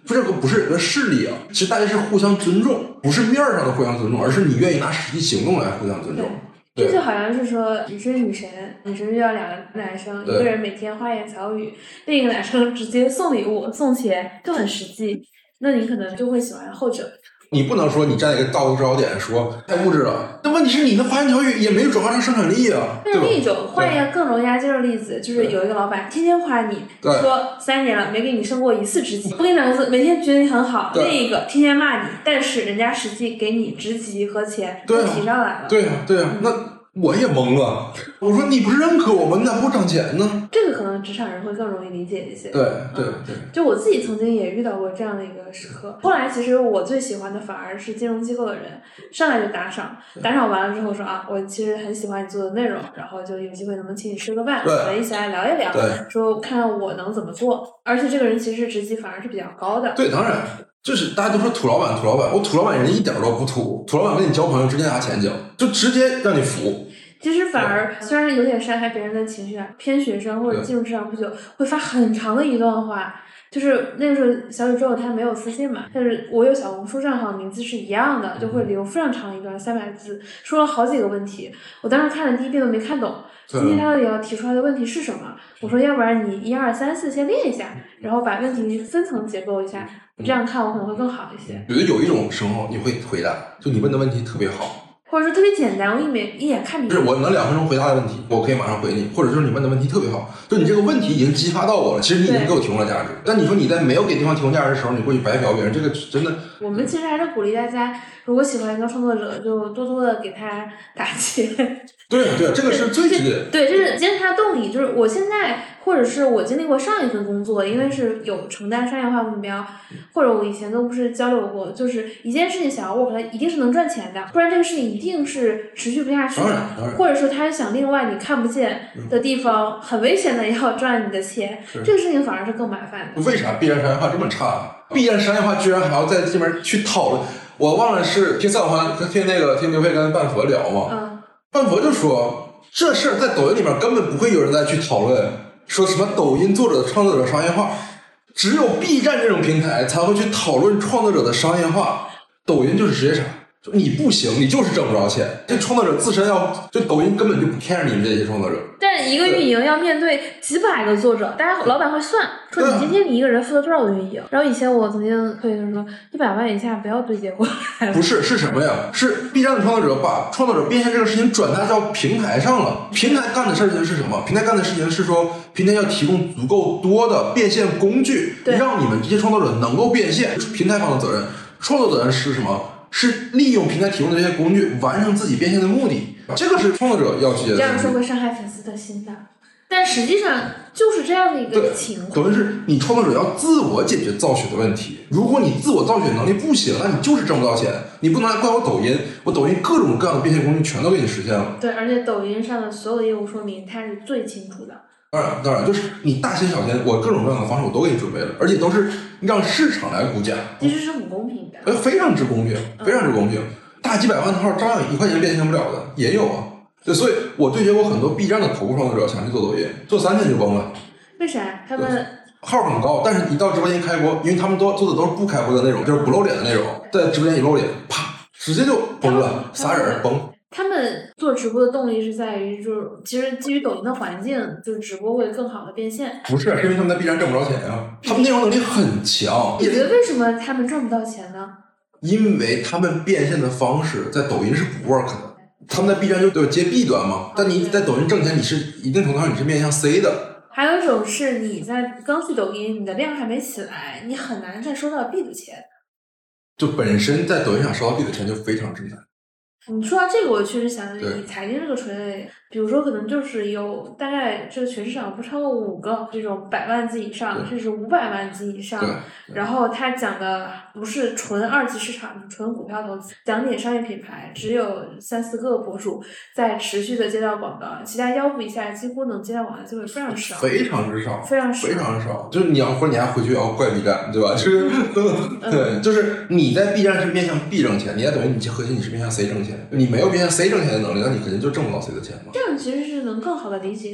这个不是个势力啊，其实大家是互相尊重，不是面上的互相尊重，而是你愿意拿实际行动来互相尊重。 这就好像是说你是女神，女神遇到两个男生，一个人每天花言巧语，另一个男生直接送礼物送钱，就很实际，那你可能就会喜欢后者。 你不能说你站在一个道德制高点说太物质了，但问题是你的花言巧语也没有转化成生产力啊。 但是另一种换一个更容易压接受的例子，就是有一个老板天天夸你，说三年了没给你升过一次职级，不给你两个字，每天觉得你很好；另一个天天骂你，但是人家实际给你职级和钱都提上来了。 对呀、啊，对呀、啊，那我也懵了。我说你不是认可我们，你咋不涨钱呢？ 这个可能职场人会更容易理解一些。 对对对， 就我自己曾经也遇到过这样的一个时刻。后来其实我最喜欢的反而是金融机构的人，上来就打赏，打赏完了之后说啊，我其实很喜欢你做的内容，然后就有机会能不能请你吃个饭，我们一起来聊一聊，说看看我能怎么做。而且这个人其实职级反而是比较高的。 对，当然。就是大家都说土老板土老板，我土老板人一点都不土，土老板跟你交朋友直接拿钱交，就直接让你服。 其实反而虽然有点伤害别人的情绪啊，偏学生或者进入职场不久会发很长的一段话，就是那个时候小宇宙它没有私信嘛，但是我有小红书账号名字是一样的，就会留非常长一段三百字，说了好几个问题，我当时看了第一遍都没看懂，今天他到底要提出来的问题是什么？我说要不然你一二三四先列一下，然后把问题分层结构一下，这样看我可能会更好一些。 觉得有一种时候你会回答，就你问的问题特别好。 或者说特别简单，我一眼一眼看明白。 就是我能两分钟回答的问题，我可以马上回你，或者就是你问的问题特别好，就你这个问题已经激发到我了，其实你已经给我提供了价值。但你说你在没有给对方提供价值的时候，你过去白嫖别人，这个真的。 我们其实还是鼓励大家，如果喜欢一个创作者，就多多的给他打钱。 对对，这个是最直接的。 对，这是坚持他动力。就是我现在，或者是我经历过上一份工作，因为是有承担商业化目标，或者我以前都不是交流过，就是一件事情想要 work，它一定是能赚钱的，不然这个事情一定是持续不下去的。或者说他想另外你看不见的地方，很危险的要赚你的钱，这个事情反而是更麻烦的。 为啥 B 站商业化这么差 ？B 站商业化居然还要在这边去讨论？我忘了是听赛欢听那个听刘佩跟半佛聊嘛。 嗯。 半佛就说这事儿在抖音里面根本不会有人再去讨论，说什么抖音作者创作者商业化，只有 B 站这种平台才会去讨论创作者的商业化。抖音就是直接啥，就你不行，你就是挣不着钱。这创作者自身要，就抖音根本就不 care 你们这些创作者。 但一个运营要面对几百个作者，大家老板会算，说你今天你一个人负责多少个运营。然后以前我曾经可以就是说，一百万以下不要对接过来。 不是，是什么呀？是 B 站的创作者把创作者变现这个事情转达到平台上了。平台干的事情是什么？平台干的事情是说，平台要提供足够多的变现工具，让你们这些创作者能够变现。平台方的责任，创作责任是什么？是利用平台提供的这些工具完成自己变现的目的，这个是创作者要去解决的。 这样说会伤害粉丝的心的，但实际上就是这样的一个情况。 等于是你创作者要自我解决造血的问题。如果你自我造血能力不行，那你就是挣不到钱。你不能来怪我抖音，我抖音各种各样的变现工具全都给你实现了。 对，而且抖音上的所有的业务说明，它是最清楚的。 当然，当然，就是你大钱小钱，我各种各样的方式我都给你准备了，而且都是让市场来估价， 其实是很公平的， 呃，非常之公平，非常之公平。嗯、大几百万的号照样一块钱变现不了的，也有啊。对，所以我对接过很多 B 站的头部创作者想去做抖音，做三天就崩了。 为啥？他们号很高，但是一到直播间开播，因为他们都做的都是不开播的内容，就是不露脸的内容，在直播间一露脸，啪，直接就崩了，仨人崩。 他们做直播的动力是在于，就是其实基于抖音的环境，就是直播会更好的变现。 不是，是因为他们在 B 站挣不着钱啊，他们内容能力很强。 你觉得为什么他们赚不到钱呢？ 因为他们变现的方式在抖音是不 work 的，他们在 B 站就都有接 B 端嘛，但你在抖音挣钱，你是一定程度上你是面向 C 的。 还有一种是你在刚去抖音，你的量还没起来，你很难再收到 B 的钱。 就本身在抖音上收到 B 的钱就非常之难。 你说到这个，我确实想着以财经这个垂类，比如说可能就是有大概这个全市场不超过五个这种百万级以上，甚至五百万级以上，然后他讲的不是纯二级市场，纯股票投资，讲点商业品牌，只有三四个博主在持续的接到广告，其他腰部以下几乎能接到广告机会非常少， 非常之少， 非常少， 非常少。就是你要或者你还回去要怪 B 站，对吧？就是对，就是你在 B 站是面向 B 挣钱，你在抖音你核心你是面向 C 挣钱。你没有变现 C 挣钱的能力，那你肯定就挣不到 C 的钱嘛。 这样其实是能更好的理解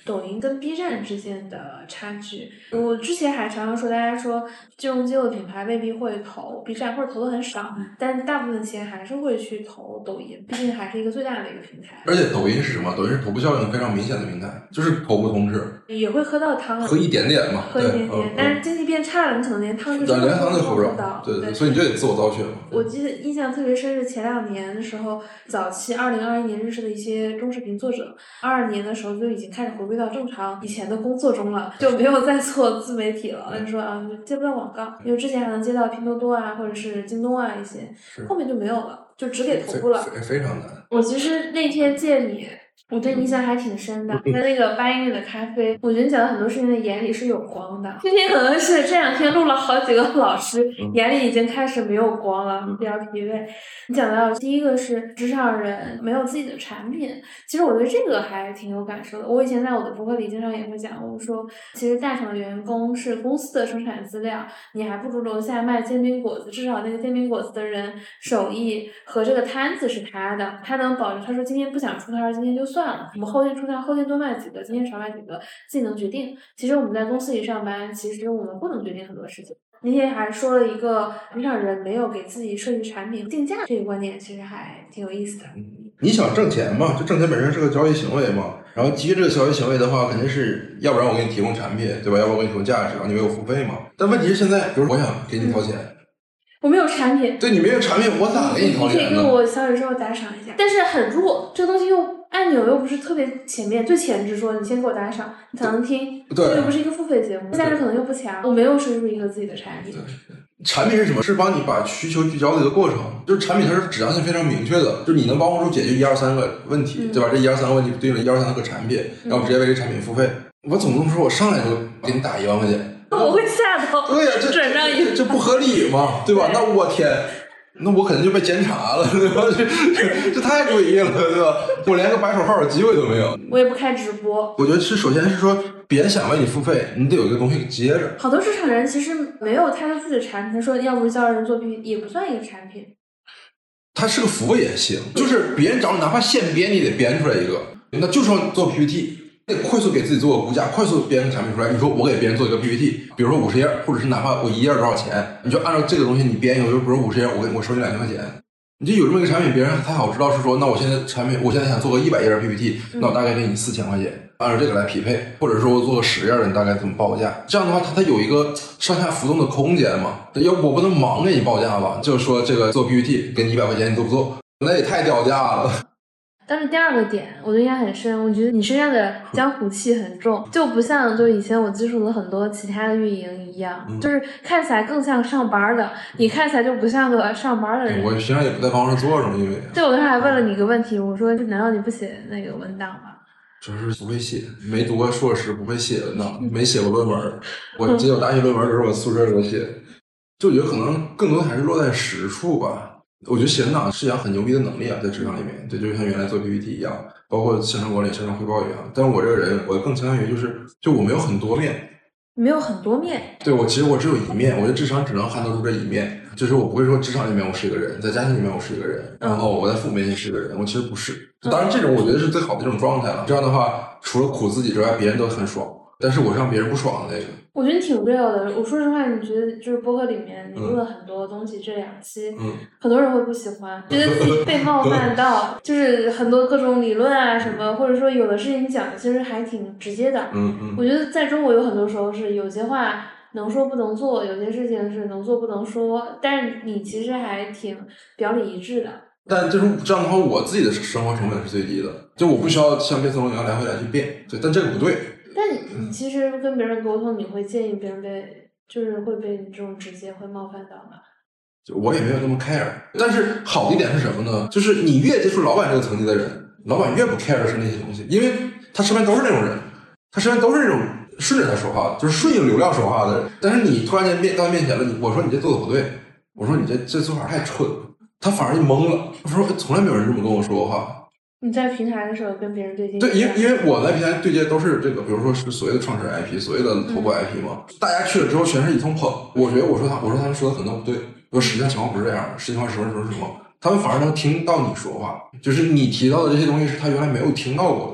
抖音跟 B 站之间的差距。我之前还常常说，大家说金融机构品牌未必会投 B 站，或者投的很少，但大部分钱还是会去投抖音，毕竟还是一个最大的一个平台。 而且抖音是什么？抖音是头部效应非常明显的平台，就是头部通吃， 也会喝到汤， 喝一点点嘛， 喝一点点。 嗯、 但是经济变差了，你可能连汤就是连汤都喝不到。 对对, 对， 所以你就得自我造血嘛。 我记得印象特别深是前两年的时候，早期二零二一年认识的一些中视频作者，二二年的时候就已经开始回归到正常以前的工作中了，就没有再做自媒体了。就说啊，接不到广告，因为之前还能接到拼多多啊，或者是京东啊一些，后面就没有了，就只给头部了， 非, 非常难。 我其实那天见你，我对你印象还挺深的。在那个八音里的咖啡，我觉得你讲的很多事情的眼里是有光的。今天可能是这两天录了好几个老师，眼里已经开始没有光了，比较疲惫。你讲到第一个是职场人没有自己的产品，其实我对这个还挺有感受的。我以前在我的博客里经常也会讲，我说其实大厂的员工是公司的生产资料，你还不如楼下卖煎饼果子，至少那个煎饼果子的人手艺和这个摊子是他的，他能保证。他说今天不想出摊，今天就算了，我们后天出摊，后天多卖几个，今天少卖几个，自己能决定。其实我们在公司里上班，其实我们不能决定很多事情。那天还说了一个职场人没有给自己设计产品定价这个观点，其实还挺有意思的。 你想挣钱嘛，就挣钱本身是个交易行为嘛，然后基于这个交易行为的话，肯定是要不然我给你提供产品，对吧？要不然我给你提供价值，然后你为我付费嘛。但问题是现在，比如我想给你掏钱。嗯， 我没有产品， 对，你没有产品，我咋给你掏钱呢？ 你可以跟我小宇宙打赏一下，但是很弱，这个东西又按钮又不是特别前面，最前置说你先给我打赏，你才能听，这又不是一个付费节目，价值可能又不强，我没有设置一个自己的产品。 产品是什么？是帮你把需求聚焦的一个过程，就是产品它是指向性非常明确的，就是你能帮助解决一二三个问题，嗯、对吧？这一二三个问题对应了一二三个产品，然后直接为这产品付费。嗯、我总不能说我上来就给你打一万块钱。 我会吓到， 对呀、啊，这转账一这不合理嘛，对吧？对，那我天，那我肯定就被监察了，对吧？这这这太诡异了，对吧？我连个白手号的机会都没有。 我也不开直播。 我觉得是，首先是说，别人想为你付费，你得有一个东西接着。 好多市场人其实没有他的自己的产品，他说要不教人做 P P T 也不算一个产品。 它是个服务也行，就是别人找你，哪怕现编，你得编出来一个，那就说做 P P T。得快速给自己做个估价，快速编个产品出来。你说我给别人做一个 P P T， 比如说五十页，或者是哪怕我一页多少钱，你就按照这个东西你编一个，比如说五十页，我给我收你两千块钱，你就有这么一个产品，别人他好知道是说，那我现在产品，我现在想做个一百页的 P P T， 那我大概给你四千块钱，按照这个来匹配，或者说我做个十页的，你大概怎么报价？这样的话，它它有一个上下浮动的空间嘛。要不我不能盲给你报价吧？就是说这个做 P P T 给你一百块钱，你做不做？那也太掉价了。 但是第二个点我对印象很深，我觉得你身上的江湖气很重，就不像就以前我接触的很多其他的运营一样、嗯、就是看起来更像上班的，你看起来就不像个上班的人。 我平常也不在办公室坐着，因为对，我当时还问了你一个问题，我说难道你不写那个文档吗？ 就是不会写，没读过硕士，不会写文档，没写过论文。我记得我大学论文都是我宿舍给我写的，就我觉得可能更多的还是落在实处吧。我觉得写文档是一项很牛逼的能力啊，在职场里面，对，就像原来做 P P T 一样，包括行程管理、行程汇报一样。但是我这个人，我更倾向于就是，就我没有很多面， 没有很多面。 对，我其实我只有一面，我的智商只能撼得住这一面。就是我不会说职场里面我是一个人，在家庭里面我是一个人，然后我在父母面前是一个人，我其实不是。当然，这种我觉得是最好的一种状态了。这样的话，除了苦自己之外，别人都很爽。但是我是让别人不爽的那个。 我觉得你挺 real 的。我说实话，你觉得就是播客里面你录了很多东西，嗯、这两期、嗯，很多人会不喜欢，觉得自己被冒犯到，就是很多各种理论啊什么，或者说有的事情讲的其实还挺直接的。 嗯嗯。 我觉得在中国有很多时候是有些话能说不能做，有些事情是能做不能说，但是你其实还挺表里一致的。 但就是这样的话，我自己的生活成本是最低的，就我不需要像变色龙一样来回来去变，对，但这个不对。 但你你其实跟别人沟通，你会建议别人被，就是会被你这种直接会冒犯到吗？ 就我也没有那么 care， 但是好的一点是什么呢？就是你越接触老板这个层级的人，老板越不 care 的是那些东西，因为他身边都是那种人，他身边都是那种顺着他说话的，就是顺应流量说话的人。但是你突然间面到他面前了，你我说你这做的不对，我说你这这做法太蠢了，他反而就懵了。我说从来没有人这么跟我说过话。 你在平台的时候跟别人对接？ 对，因为因为我在平台对接都是这个，比如说是所谓的创始人 I P， 所谓的头部 I P 嘛、嗯，大家去了之后全是一通捧。我觉得我说他我说他们说的可能不对，我说实际上情况不是这样的，实际上什么什么什么，他们反而能听到你说话，就是你提到的这些东西是他原来没有听到过的。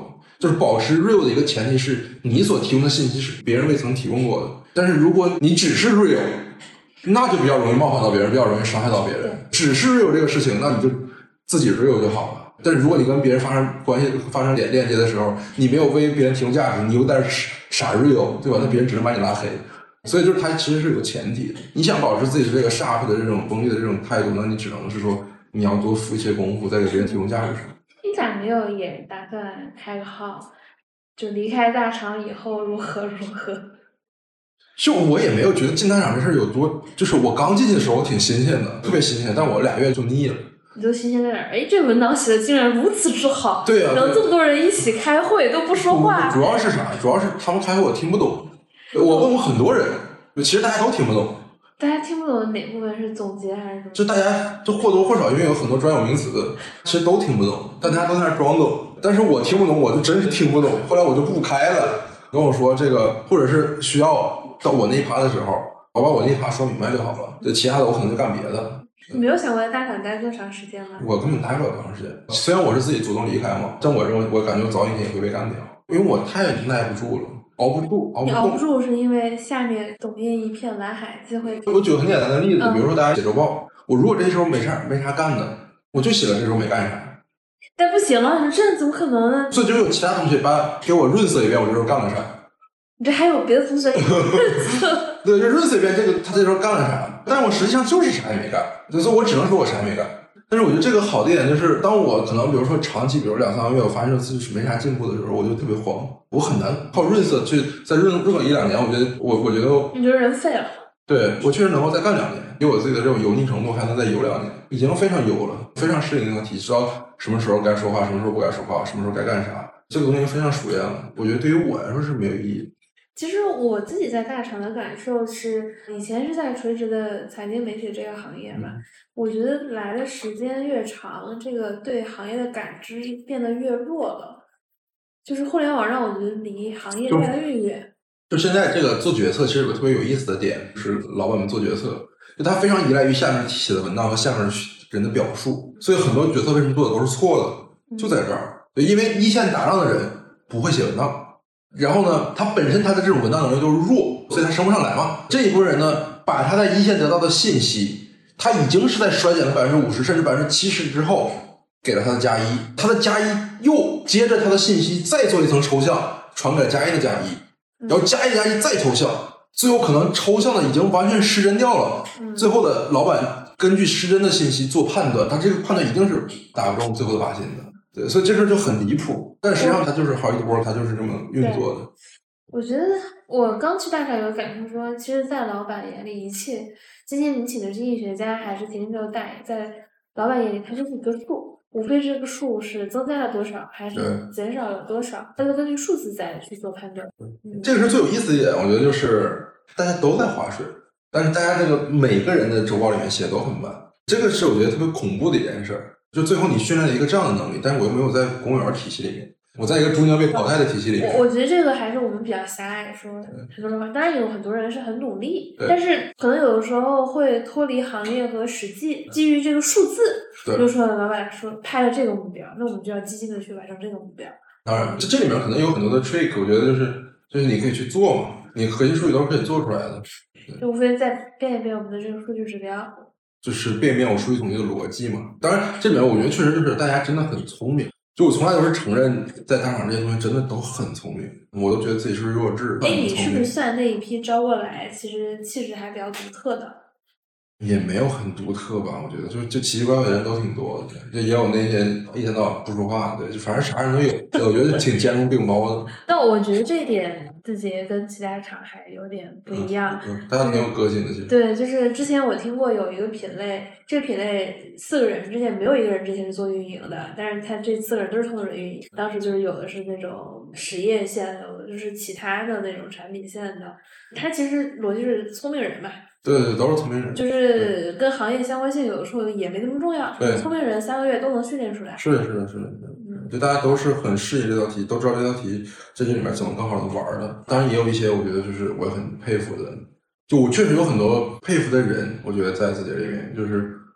就是保持 real 的一个前提是你所提供的信息是别人未曾提供过的。但是如果你只是 real， 那就比较容易冒犯到别人，比较容易伤害到别人。只是 real 这个事情，那你就自己 real 就好了。但是如果你跟别人发生关系、发生连链接的时候，你没有为别人提供价值，你又在傻 real， 对吧？那别人只能把你拉黑。所以就是它其实是有前提的。你想保持自己这个 sharp 的这种锋利的这种态度，那你只能是说你要多付一些功夫，再给别人提供价值。 你咋没有也打算开个号？就离开大厂以后如何如何？ 就我也没有觉得进大厂这事有多，就是我刚进去的时候我挺新鲜的，特别新鲜，但我俩月就腻了。 你就新鲜在哪儿？哎，这文档写的竟然如此之好， 对啊， 能这么多人一起开会都不说话。 主要是啥？主要是他们开会我听不懂。我问过很多人，其实大家都听不懂。 大家听不懂的哪部分是总结还是什么？ 就大家就或多或少因为有很多专有名词，其实都听不懂，但大家都在那装懂。但是我听不懂，我就真是听不懂。后来我就不开了，跟我说这个，或者是需要到我那一趴的时候，我把我那一趴说明白就好了。就其他的我可能就干别的。 你没有想过在大厂待多长时间吗？ 我根本待不了多长时间。虽然我是自己主动离开嘛，但我认为我感觉我早一天也会被干掉，因为我太耐不住了，熬不住，熬不动。 你熬不住是因为下面抖音一片蓝海，机会。 我举个很简单的例子， 嗯、 比如说大家写周报，我如果这时候没啥没啥干的，我就写了这时候没干啥。 但不行了，这怎么可能呢？ 所以就有其他同学把给我润色一遍，我这时候干了啥。 你这还有别的同学润色？ 对，就润色一遍，这个他这时候干了啥？但是我实际上就是啥也没干，所以我只能说我啥也没干。但是我觉得这个好的一点就是，当我可能比如说长期，比如两三个月，我发现自己没啥进步的时候，我就特别慌，我很难靠润色去再润润个一两年。我觉得我我觉得你觉得人废了？ 对，我确实能够再干两年，以我自己的这种油腻程度，还能再油两年，已经非常油了，非常适应那个体系，知道什么时候该说话，什么时候不该说话，什么时候该干啥，这个东西非常熟练了。我觉得对于我来说是没有意义。 其实我自己在大厂的感受是，以前是在垂直的财经媒体这个行业嘛，嗯、我觉得来的时间越长，这个对行业的感知变得越弱了。就是互联网让我觉得离行业越来越远。 就现在这个做决策，其实有个特别有意思的点，就是老板们做决策，就他非常依赖于下面体系的文档和下面人的表述，所以很多决策为什么做的都是错的，就在这儿。对，因为一线打仗的人不会写文档。然后呢，他本身他的这种文档能力就是弱，所以他升不上来嘛。这一波人呢，把他在一线得到的信息，他已经是在衰减了百分之五十甚至百分之七十之后，给了他的加一，他的加一又接着他的信息再做一层抽象，传给了加一的加一，然后加一加一再抽象，最后可能抽象的已经完全失真掉了。最后的老板根据失真的信息做判断，他这个判断一定是打不中最后的靶心的。对，所以这事就很离谱，但实际上它就是好一波，它就是这么运作的。 我觉得我刚去大厂有感受说，其实在老板眼里，一切今天你请的经济学家还是田六代，在老板眼里它就是一个数，无非这个数是增加了多少还是减少了多少，他就根据数字在去做判断。 嗯、这个是最有意思的一点，我觉得就是大家都在划水，但是大家这个每个人的周报里面写都很慢，这个是我觉得特别恐怖的一件事儿。就最后你训练了一个这样的能力，但是我又没有在公务员体系里面，我在一个中间被淘汰的体系里面。 我我觉得这个还是我们比较狭隘，说很多人话，当然有很多人是很努力，但是可能有的时候会脱离行业和实际，基于这个数字，比如说老板说拍了这个目标，那我们就要激进的去完成这个目标。 当然，这这里面可能有很多的 trick， 我觉得就是就是你可以去做嘛，你核心数据都是可以做出来的。 就无非再变一变我们的这个数据指标。 就是变变我数据统计的逻辑嘛。当然，这里面我觉得确实就是大家真的很聪明。就我从来都是承认，在大厂这些同学真的都很聪明，我都觉得自己是弱智。 哎，你是不是算那一批招过来，其实气质还比较独特的？ 也没有很独特吧，我觉得就就奇奇怪怪的人都挺多的，就也有那些一天到晚不说话的，就反正啥人都有，我觉得挺兼容并包的。 但我觉得这一点自己跟其他厂还有点不一样， 嗯嗯、大家挺有个性的。其实对，就是之前我听过有一个品类，这个品类四个人之前没有一个人之前是做运营的，但是他这四个人都是同仁运营，当时就是有的是那种实业线，有的就是其他的那种产品线的，他其实逻辑是聪明人嘛。 对对，都是聪明人， 就是跟行业相关性有的时候也没那么重要。对，聪明人三个月都能训练出来。 是的，是的，是的，嗯，就大家都是很适应这道题，都知道这道题在这里面怎么更好的玩的。当然也有一些我觉得就是我很佩服的，就我确实有很多佩服的人，我觉得在自己里面，就是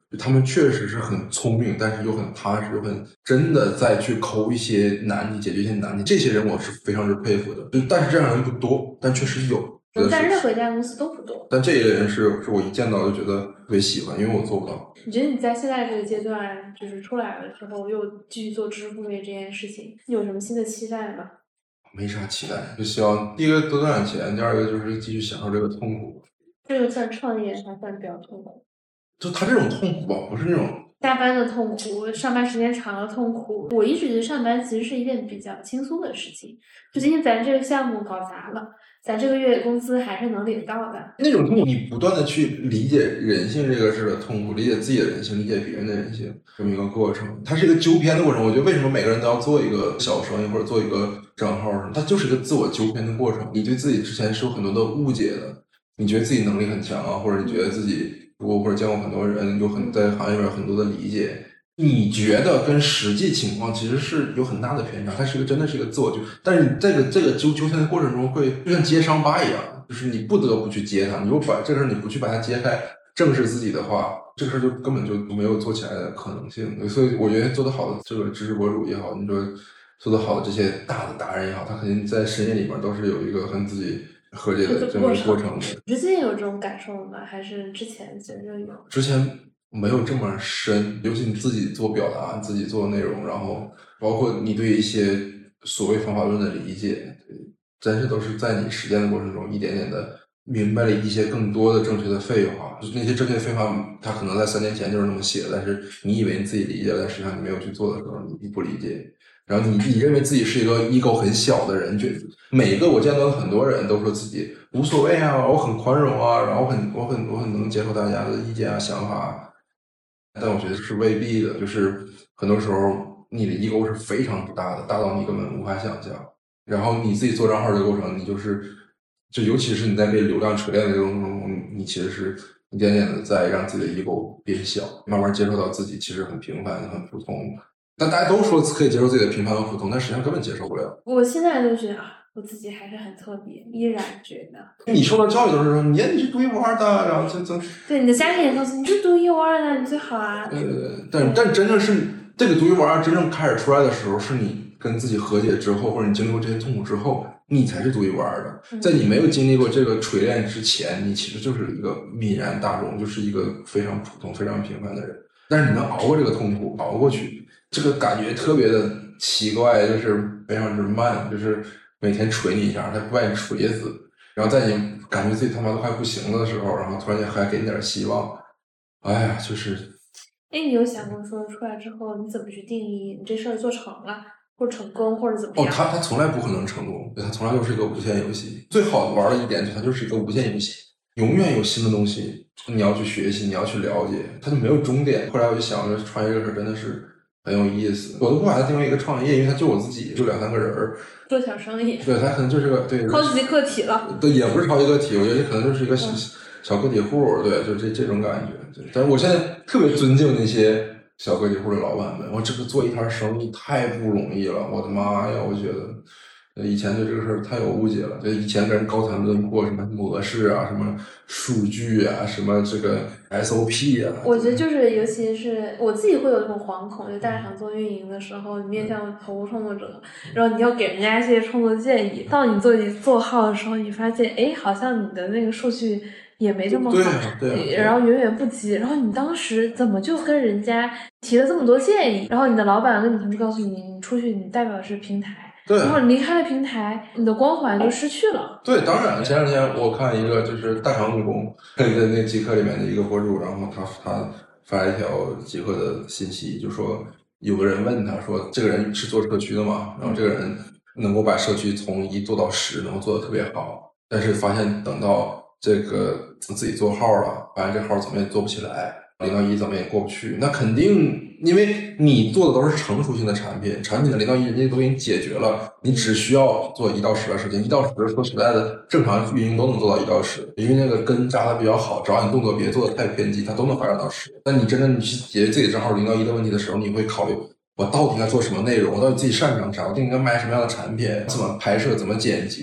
他们确实是很聪明，但是又很踏实，又很真的在去抠一些难题，解决一些难题。这些人我是非常之佩服的，就但是这样人不多，但确实有。 在任何一家公司都不多。 但这一类人是是我一见到就觉得特别喜欢，因为我做不到。 你觉得你在现在这个阶段，就是出来了之后又继续做知识付费这件事情，你有什么新的期待吗？ 没啥期待，就希望第一个多赚点钱，第二个就是继续享受这个痛苦。 这个算创业还算比较痛苦？ 就他这种痛苦吧，不是那种加班的痛苦，上班时间长的痛苦。我一直觉得上班其实是一件比较轻松的事情。就今天咱这个项目搞砸了，咱这个月工资还是能领到的。 那种痛苦，你不断的去理解人性这个事的痛苦，理解自己的人性，理解别人的人性，这么一个过程。它是一个纠偏的过程。我觉得为什么每个人都要做一个小生意或者做一个账号，它就是一个自我纠偏的过程。你对自己之前是有很多的误解的，你觉得自己能力很强啊，或者你觉得自己多或者见过很多人，有很在行业里面有很多的理解，你觉得跟实际情况其实是有很大的偏差。它是一个真的是一个自我纠，但是你这个这个纠纠偏的过程中会就像揭伤疤一样，就是你不得不去揭它。你如果把这个事你不去把它揭开，正视自己的话，这个事就根本就没有做起来的可能性。所以我觉得做得好的这个知识博主也好，你说做得好的这些大的达人也好，他肯定在深夜里面都是有一个跟自己和解的这么一个过程的。 你最近有这种感受吗？还是之前其实就有？ 之前没有这么深，尤其你自己做表达，自己做内容，然后包括你对一些所谓方法论的理解，真是都是在你实践的过程中一点点的明白了一些更多的正确的废话。就是那些正确的废话，它可能在三年前就是那么写的，但是你以为你自己理解了，但实际上你没有去做的时候，你不理解。然后你你认为自己是一个 ego 很小的人，就每个我见到的很多人都说自己无所谓啊，我很宽容啊，然后我很我很我很能接受大家的意见啊想法，但我觉得是未必的。就是很多时候你的 ego 是非常之大的，大到你根本无法想象。然后你自己做账号这个过程，你就是就尤其是你在被流量锤炼的这种中，你其实是一点点的在让自己的 ego 变小，慢慢接受到自己其实很平凡很普通。但大家都说可以接受自己的平凡和普通，但实际上根本接受不了。 我现在就觉得啊，我自己还是很特别，依然觉得。 你受到教育都是说，你你是独一无二的，然后这这。 对，你的家庭也告诉你，你是独一无二的，你最好啊。 呃，但但真正是这个独一无二真正开始出来的时候，是你跟自己和解之后，或者你经历过这些痛苦之后，你才是独一无二的。在你没有经历过这个锤炼之前，你其实就是一个泯然大众，就是一个非常普通、非常平凡的人。但是你能熬过这个痛苦，熬过去。这个感觉特别的奇怪，就是非常之慢，就是每天捶你一下，他不把你捶死，然后在你感觉自己他妈都快不行了的时候，然后突然间还给你点希望。哎呀，就是哎，你有想过说出来之后你怎么去定义你这事儿做成了或者成功或者怎么样？ 哦，他他从来不可能成功，他从来都是一个无限游戏。最好玩的一点就是它就是一个无限游戏，永远有新的东西你要去学习，你要去了解，它就没有终点。后来我就想着创业这个事真的是很有意思，我都不把它定为一个创业，因为它就我自己，就两三个人儿做小生意。 对，它可能就是个对超级个体了。 对，也不是超级个体，我觉得可能就是一个小、嗯、小个体户，对，就这这种感觉。但是我现在特别尊敬那些小个体户的老板们，我这个做一摊生意太不容易了，我的妈呀！我觉得。以前对这个事儿太有误解了，就以前跟人高谈论过什么模式啊，什么数据啊，什么这个 S O P 啊。 我觉得就是，尤其是我自己会有这种惶恐，就大厂做运营的时候，你面向头部创作者，然后你要给人家一些创作建议，到你做做号的时候，你发现，哎，好像你的那个数据也没这么好， 对啊对啊对啊， 然后远远不及，然后你当时怎么就跟人家提了这么多建议，然后你的老板跟你同事告诉你，你出去你代表的是平台。 对， 然后离开了平台，你的光环就失去了。 对，当然，前两天我看一个就是大厂女工在那极客里面的一个博主，然后他他发一条极客的信息，就说有个人问他说，这个人是做社区的嘛？然后这个人能够把社区从一做到十，能够做得特别好，但是发现等到这个自己做号了，发现这号怎么也做不起来。零到一怎么也过不去，那肯定因为你做的都是成熟性的产品，产品的零到一人家都给你解决了，你只需要做一到十的事情，一到十说实在的，正常运营都能做到一到十，因为那个根扎的比较好，只要你动作别做的太偏激，它都能发展到十。但你真正你去解决自己账号零到一的问题的时候，你会考虑我到底应该做什么内容，我到底自己擅长啥，我到底应该卖什么样的产品，怎么拍摄，怎么剪辑。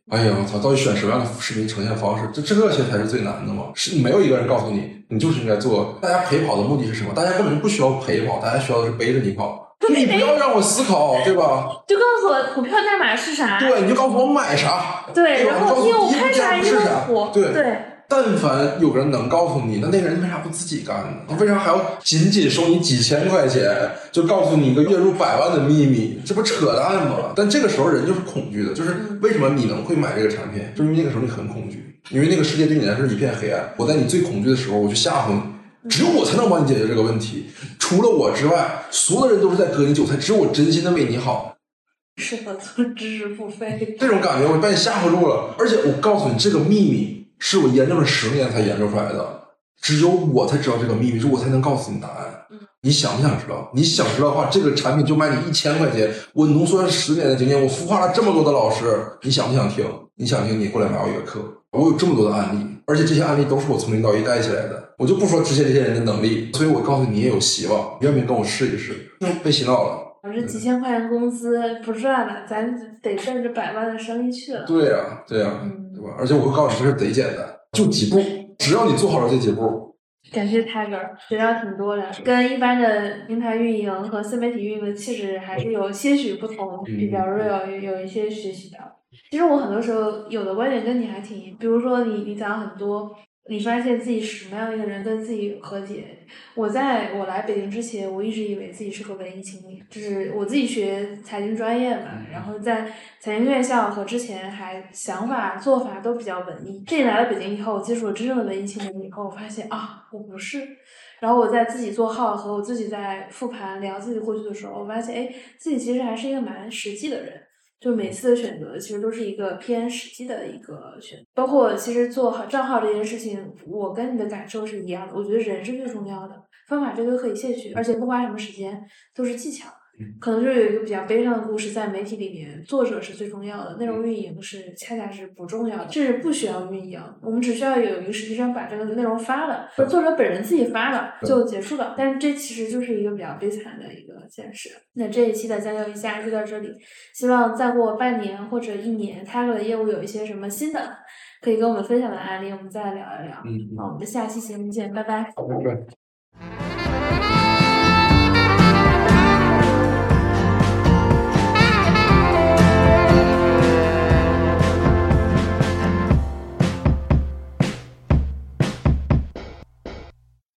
哎呀，我操！到底选什么样的视频呈现方式？这这些才是最难的嘛！是没有一个人告诉你，你就是应该做。大家陪跑的目的是什么？大家根本就不需要陪跑，大家需要的是背着你跑。你不要让我思考，对吧？ 就告诉我股票代码是啥？ 对，你就告诉我买啥。 对，然后因为我看啥是啥？对对。 但凡有个人能告诉你，那那个人为啥不自己干呢？他为啥还要仅仅收你几千块钱，就告诉你一个月入百万的秘密？这不扯淡吗？但这个时候人就是恐惧的，就是为什么你能会买这个产品，就是因为那个时候你很恐惧，因为那个世界对你来说是一片黑暗。我在你最恐惧的时候，我去吓唬你，只有我才能帮你解决这个问题。除了我之外，所有的人都是在割你韭菜，只有我真心的为你好。 适合做知识付费， 这种感觉我把你吓唬住了。而且我告诉你，这个秘密是我研究了十年才研究出来的，只有我才知道这个秘密，我才能告诉你答案。你想不想知道？你想知道的话，这个产品就卖你一千块钱。我浓缩了十年的经验，我孵化了这么多的老师，你想不想听？你想听，你过来买我一个课。我有这么多的案例，而且这些案例都是我从零到一带起来的。我就不说之前这些人的能力，所以我告诉你也有希望，你愿不愿意跟我试一试？被洗脑了。 我这几千块钱工资不赚了，咱得奔着百万的生意去了。 对呀、啊，对呀、啊嗯，对吧？而且我会告诉你，这事贼简单，就几步，只要你做好了这几步。 感谢 Tiger， 学到挺多的，跟一般的平台运营和自媒体运营的气质还是有些许不同，嗯、比较 real， 有有一些学习到。其实我很多时候有的观点跟你还挺，比如说你你讲很多。你发现自己是什么样的一个人，跟自己和解。我在我来北京之前，我一直以为自己是个文艺青年，就是我自己学财经专业嘛，然后在财经院校和之前还想法做法都比较文艺。这来了北京以后，接触了真正的文艺青年以后，我发现啊，我不是。然后我在自己做号和我自己在复盘聊自己过去的时候，我发现，哎，自己其实还是一个蛮实际的人。就每次的选择其实都是一个偏实际的一个选择，包括其实做好账号这件事情，我跟你的感受是一样的。我觉得人是最重要的，方法这个可以窃取，而且不花什么时间，都是技巧。可能就是有一个比较悲伤的故事，在媒体里面，作者是最重要的，内容运营是恰恰是不重要的，甚至不需要运营，我们只需要有一个实际上把这个内容发了，或者作者本人自己发了就结束了。但是这其实就是一个比较悲惨的一个现实。那这一期的将就一下就到这里，希望再过半年或者一年，Tiger的业务有一些什么新的可以跟我们分享的案例，我们再来聊一聊。 嗯， 好，我们下期节目见，拜拜。 拜拜。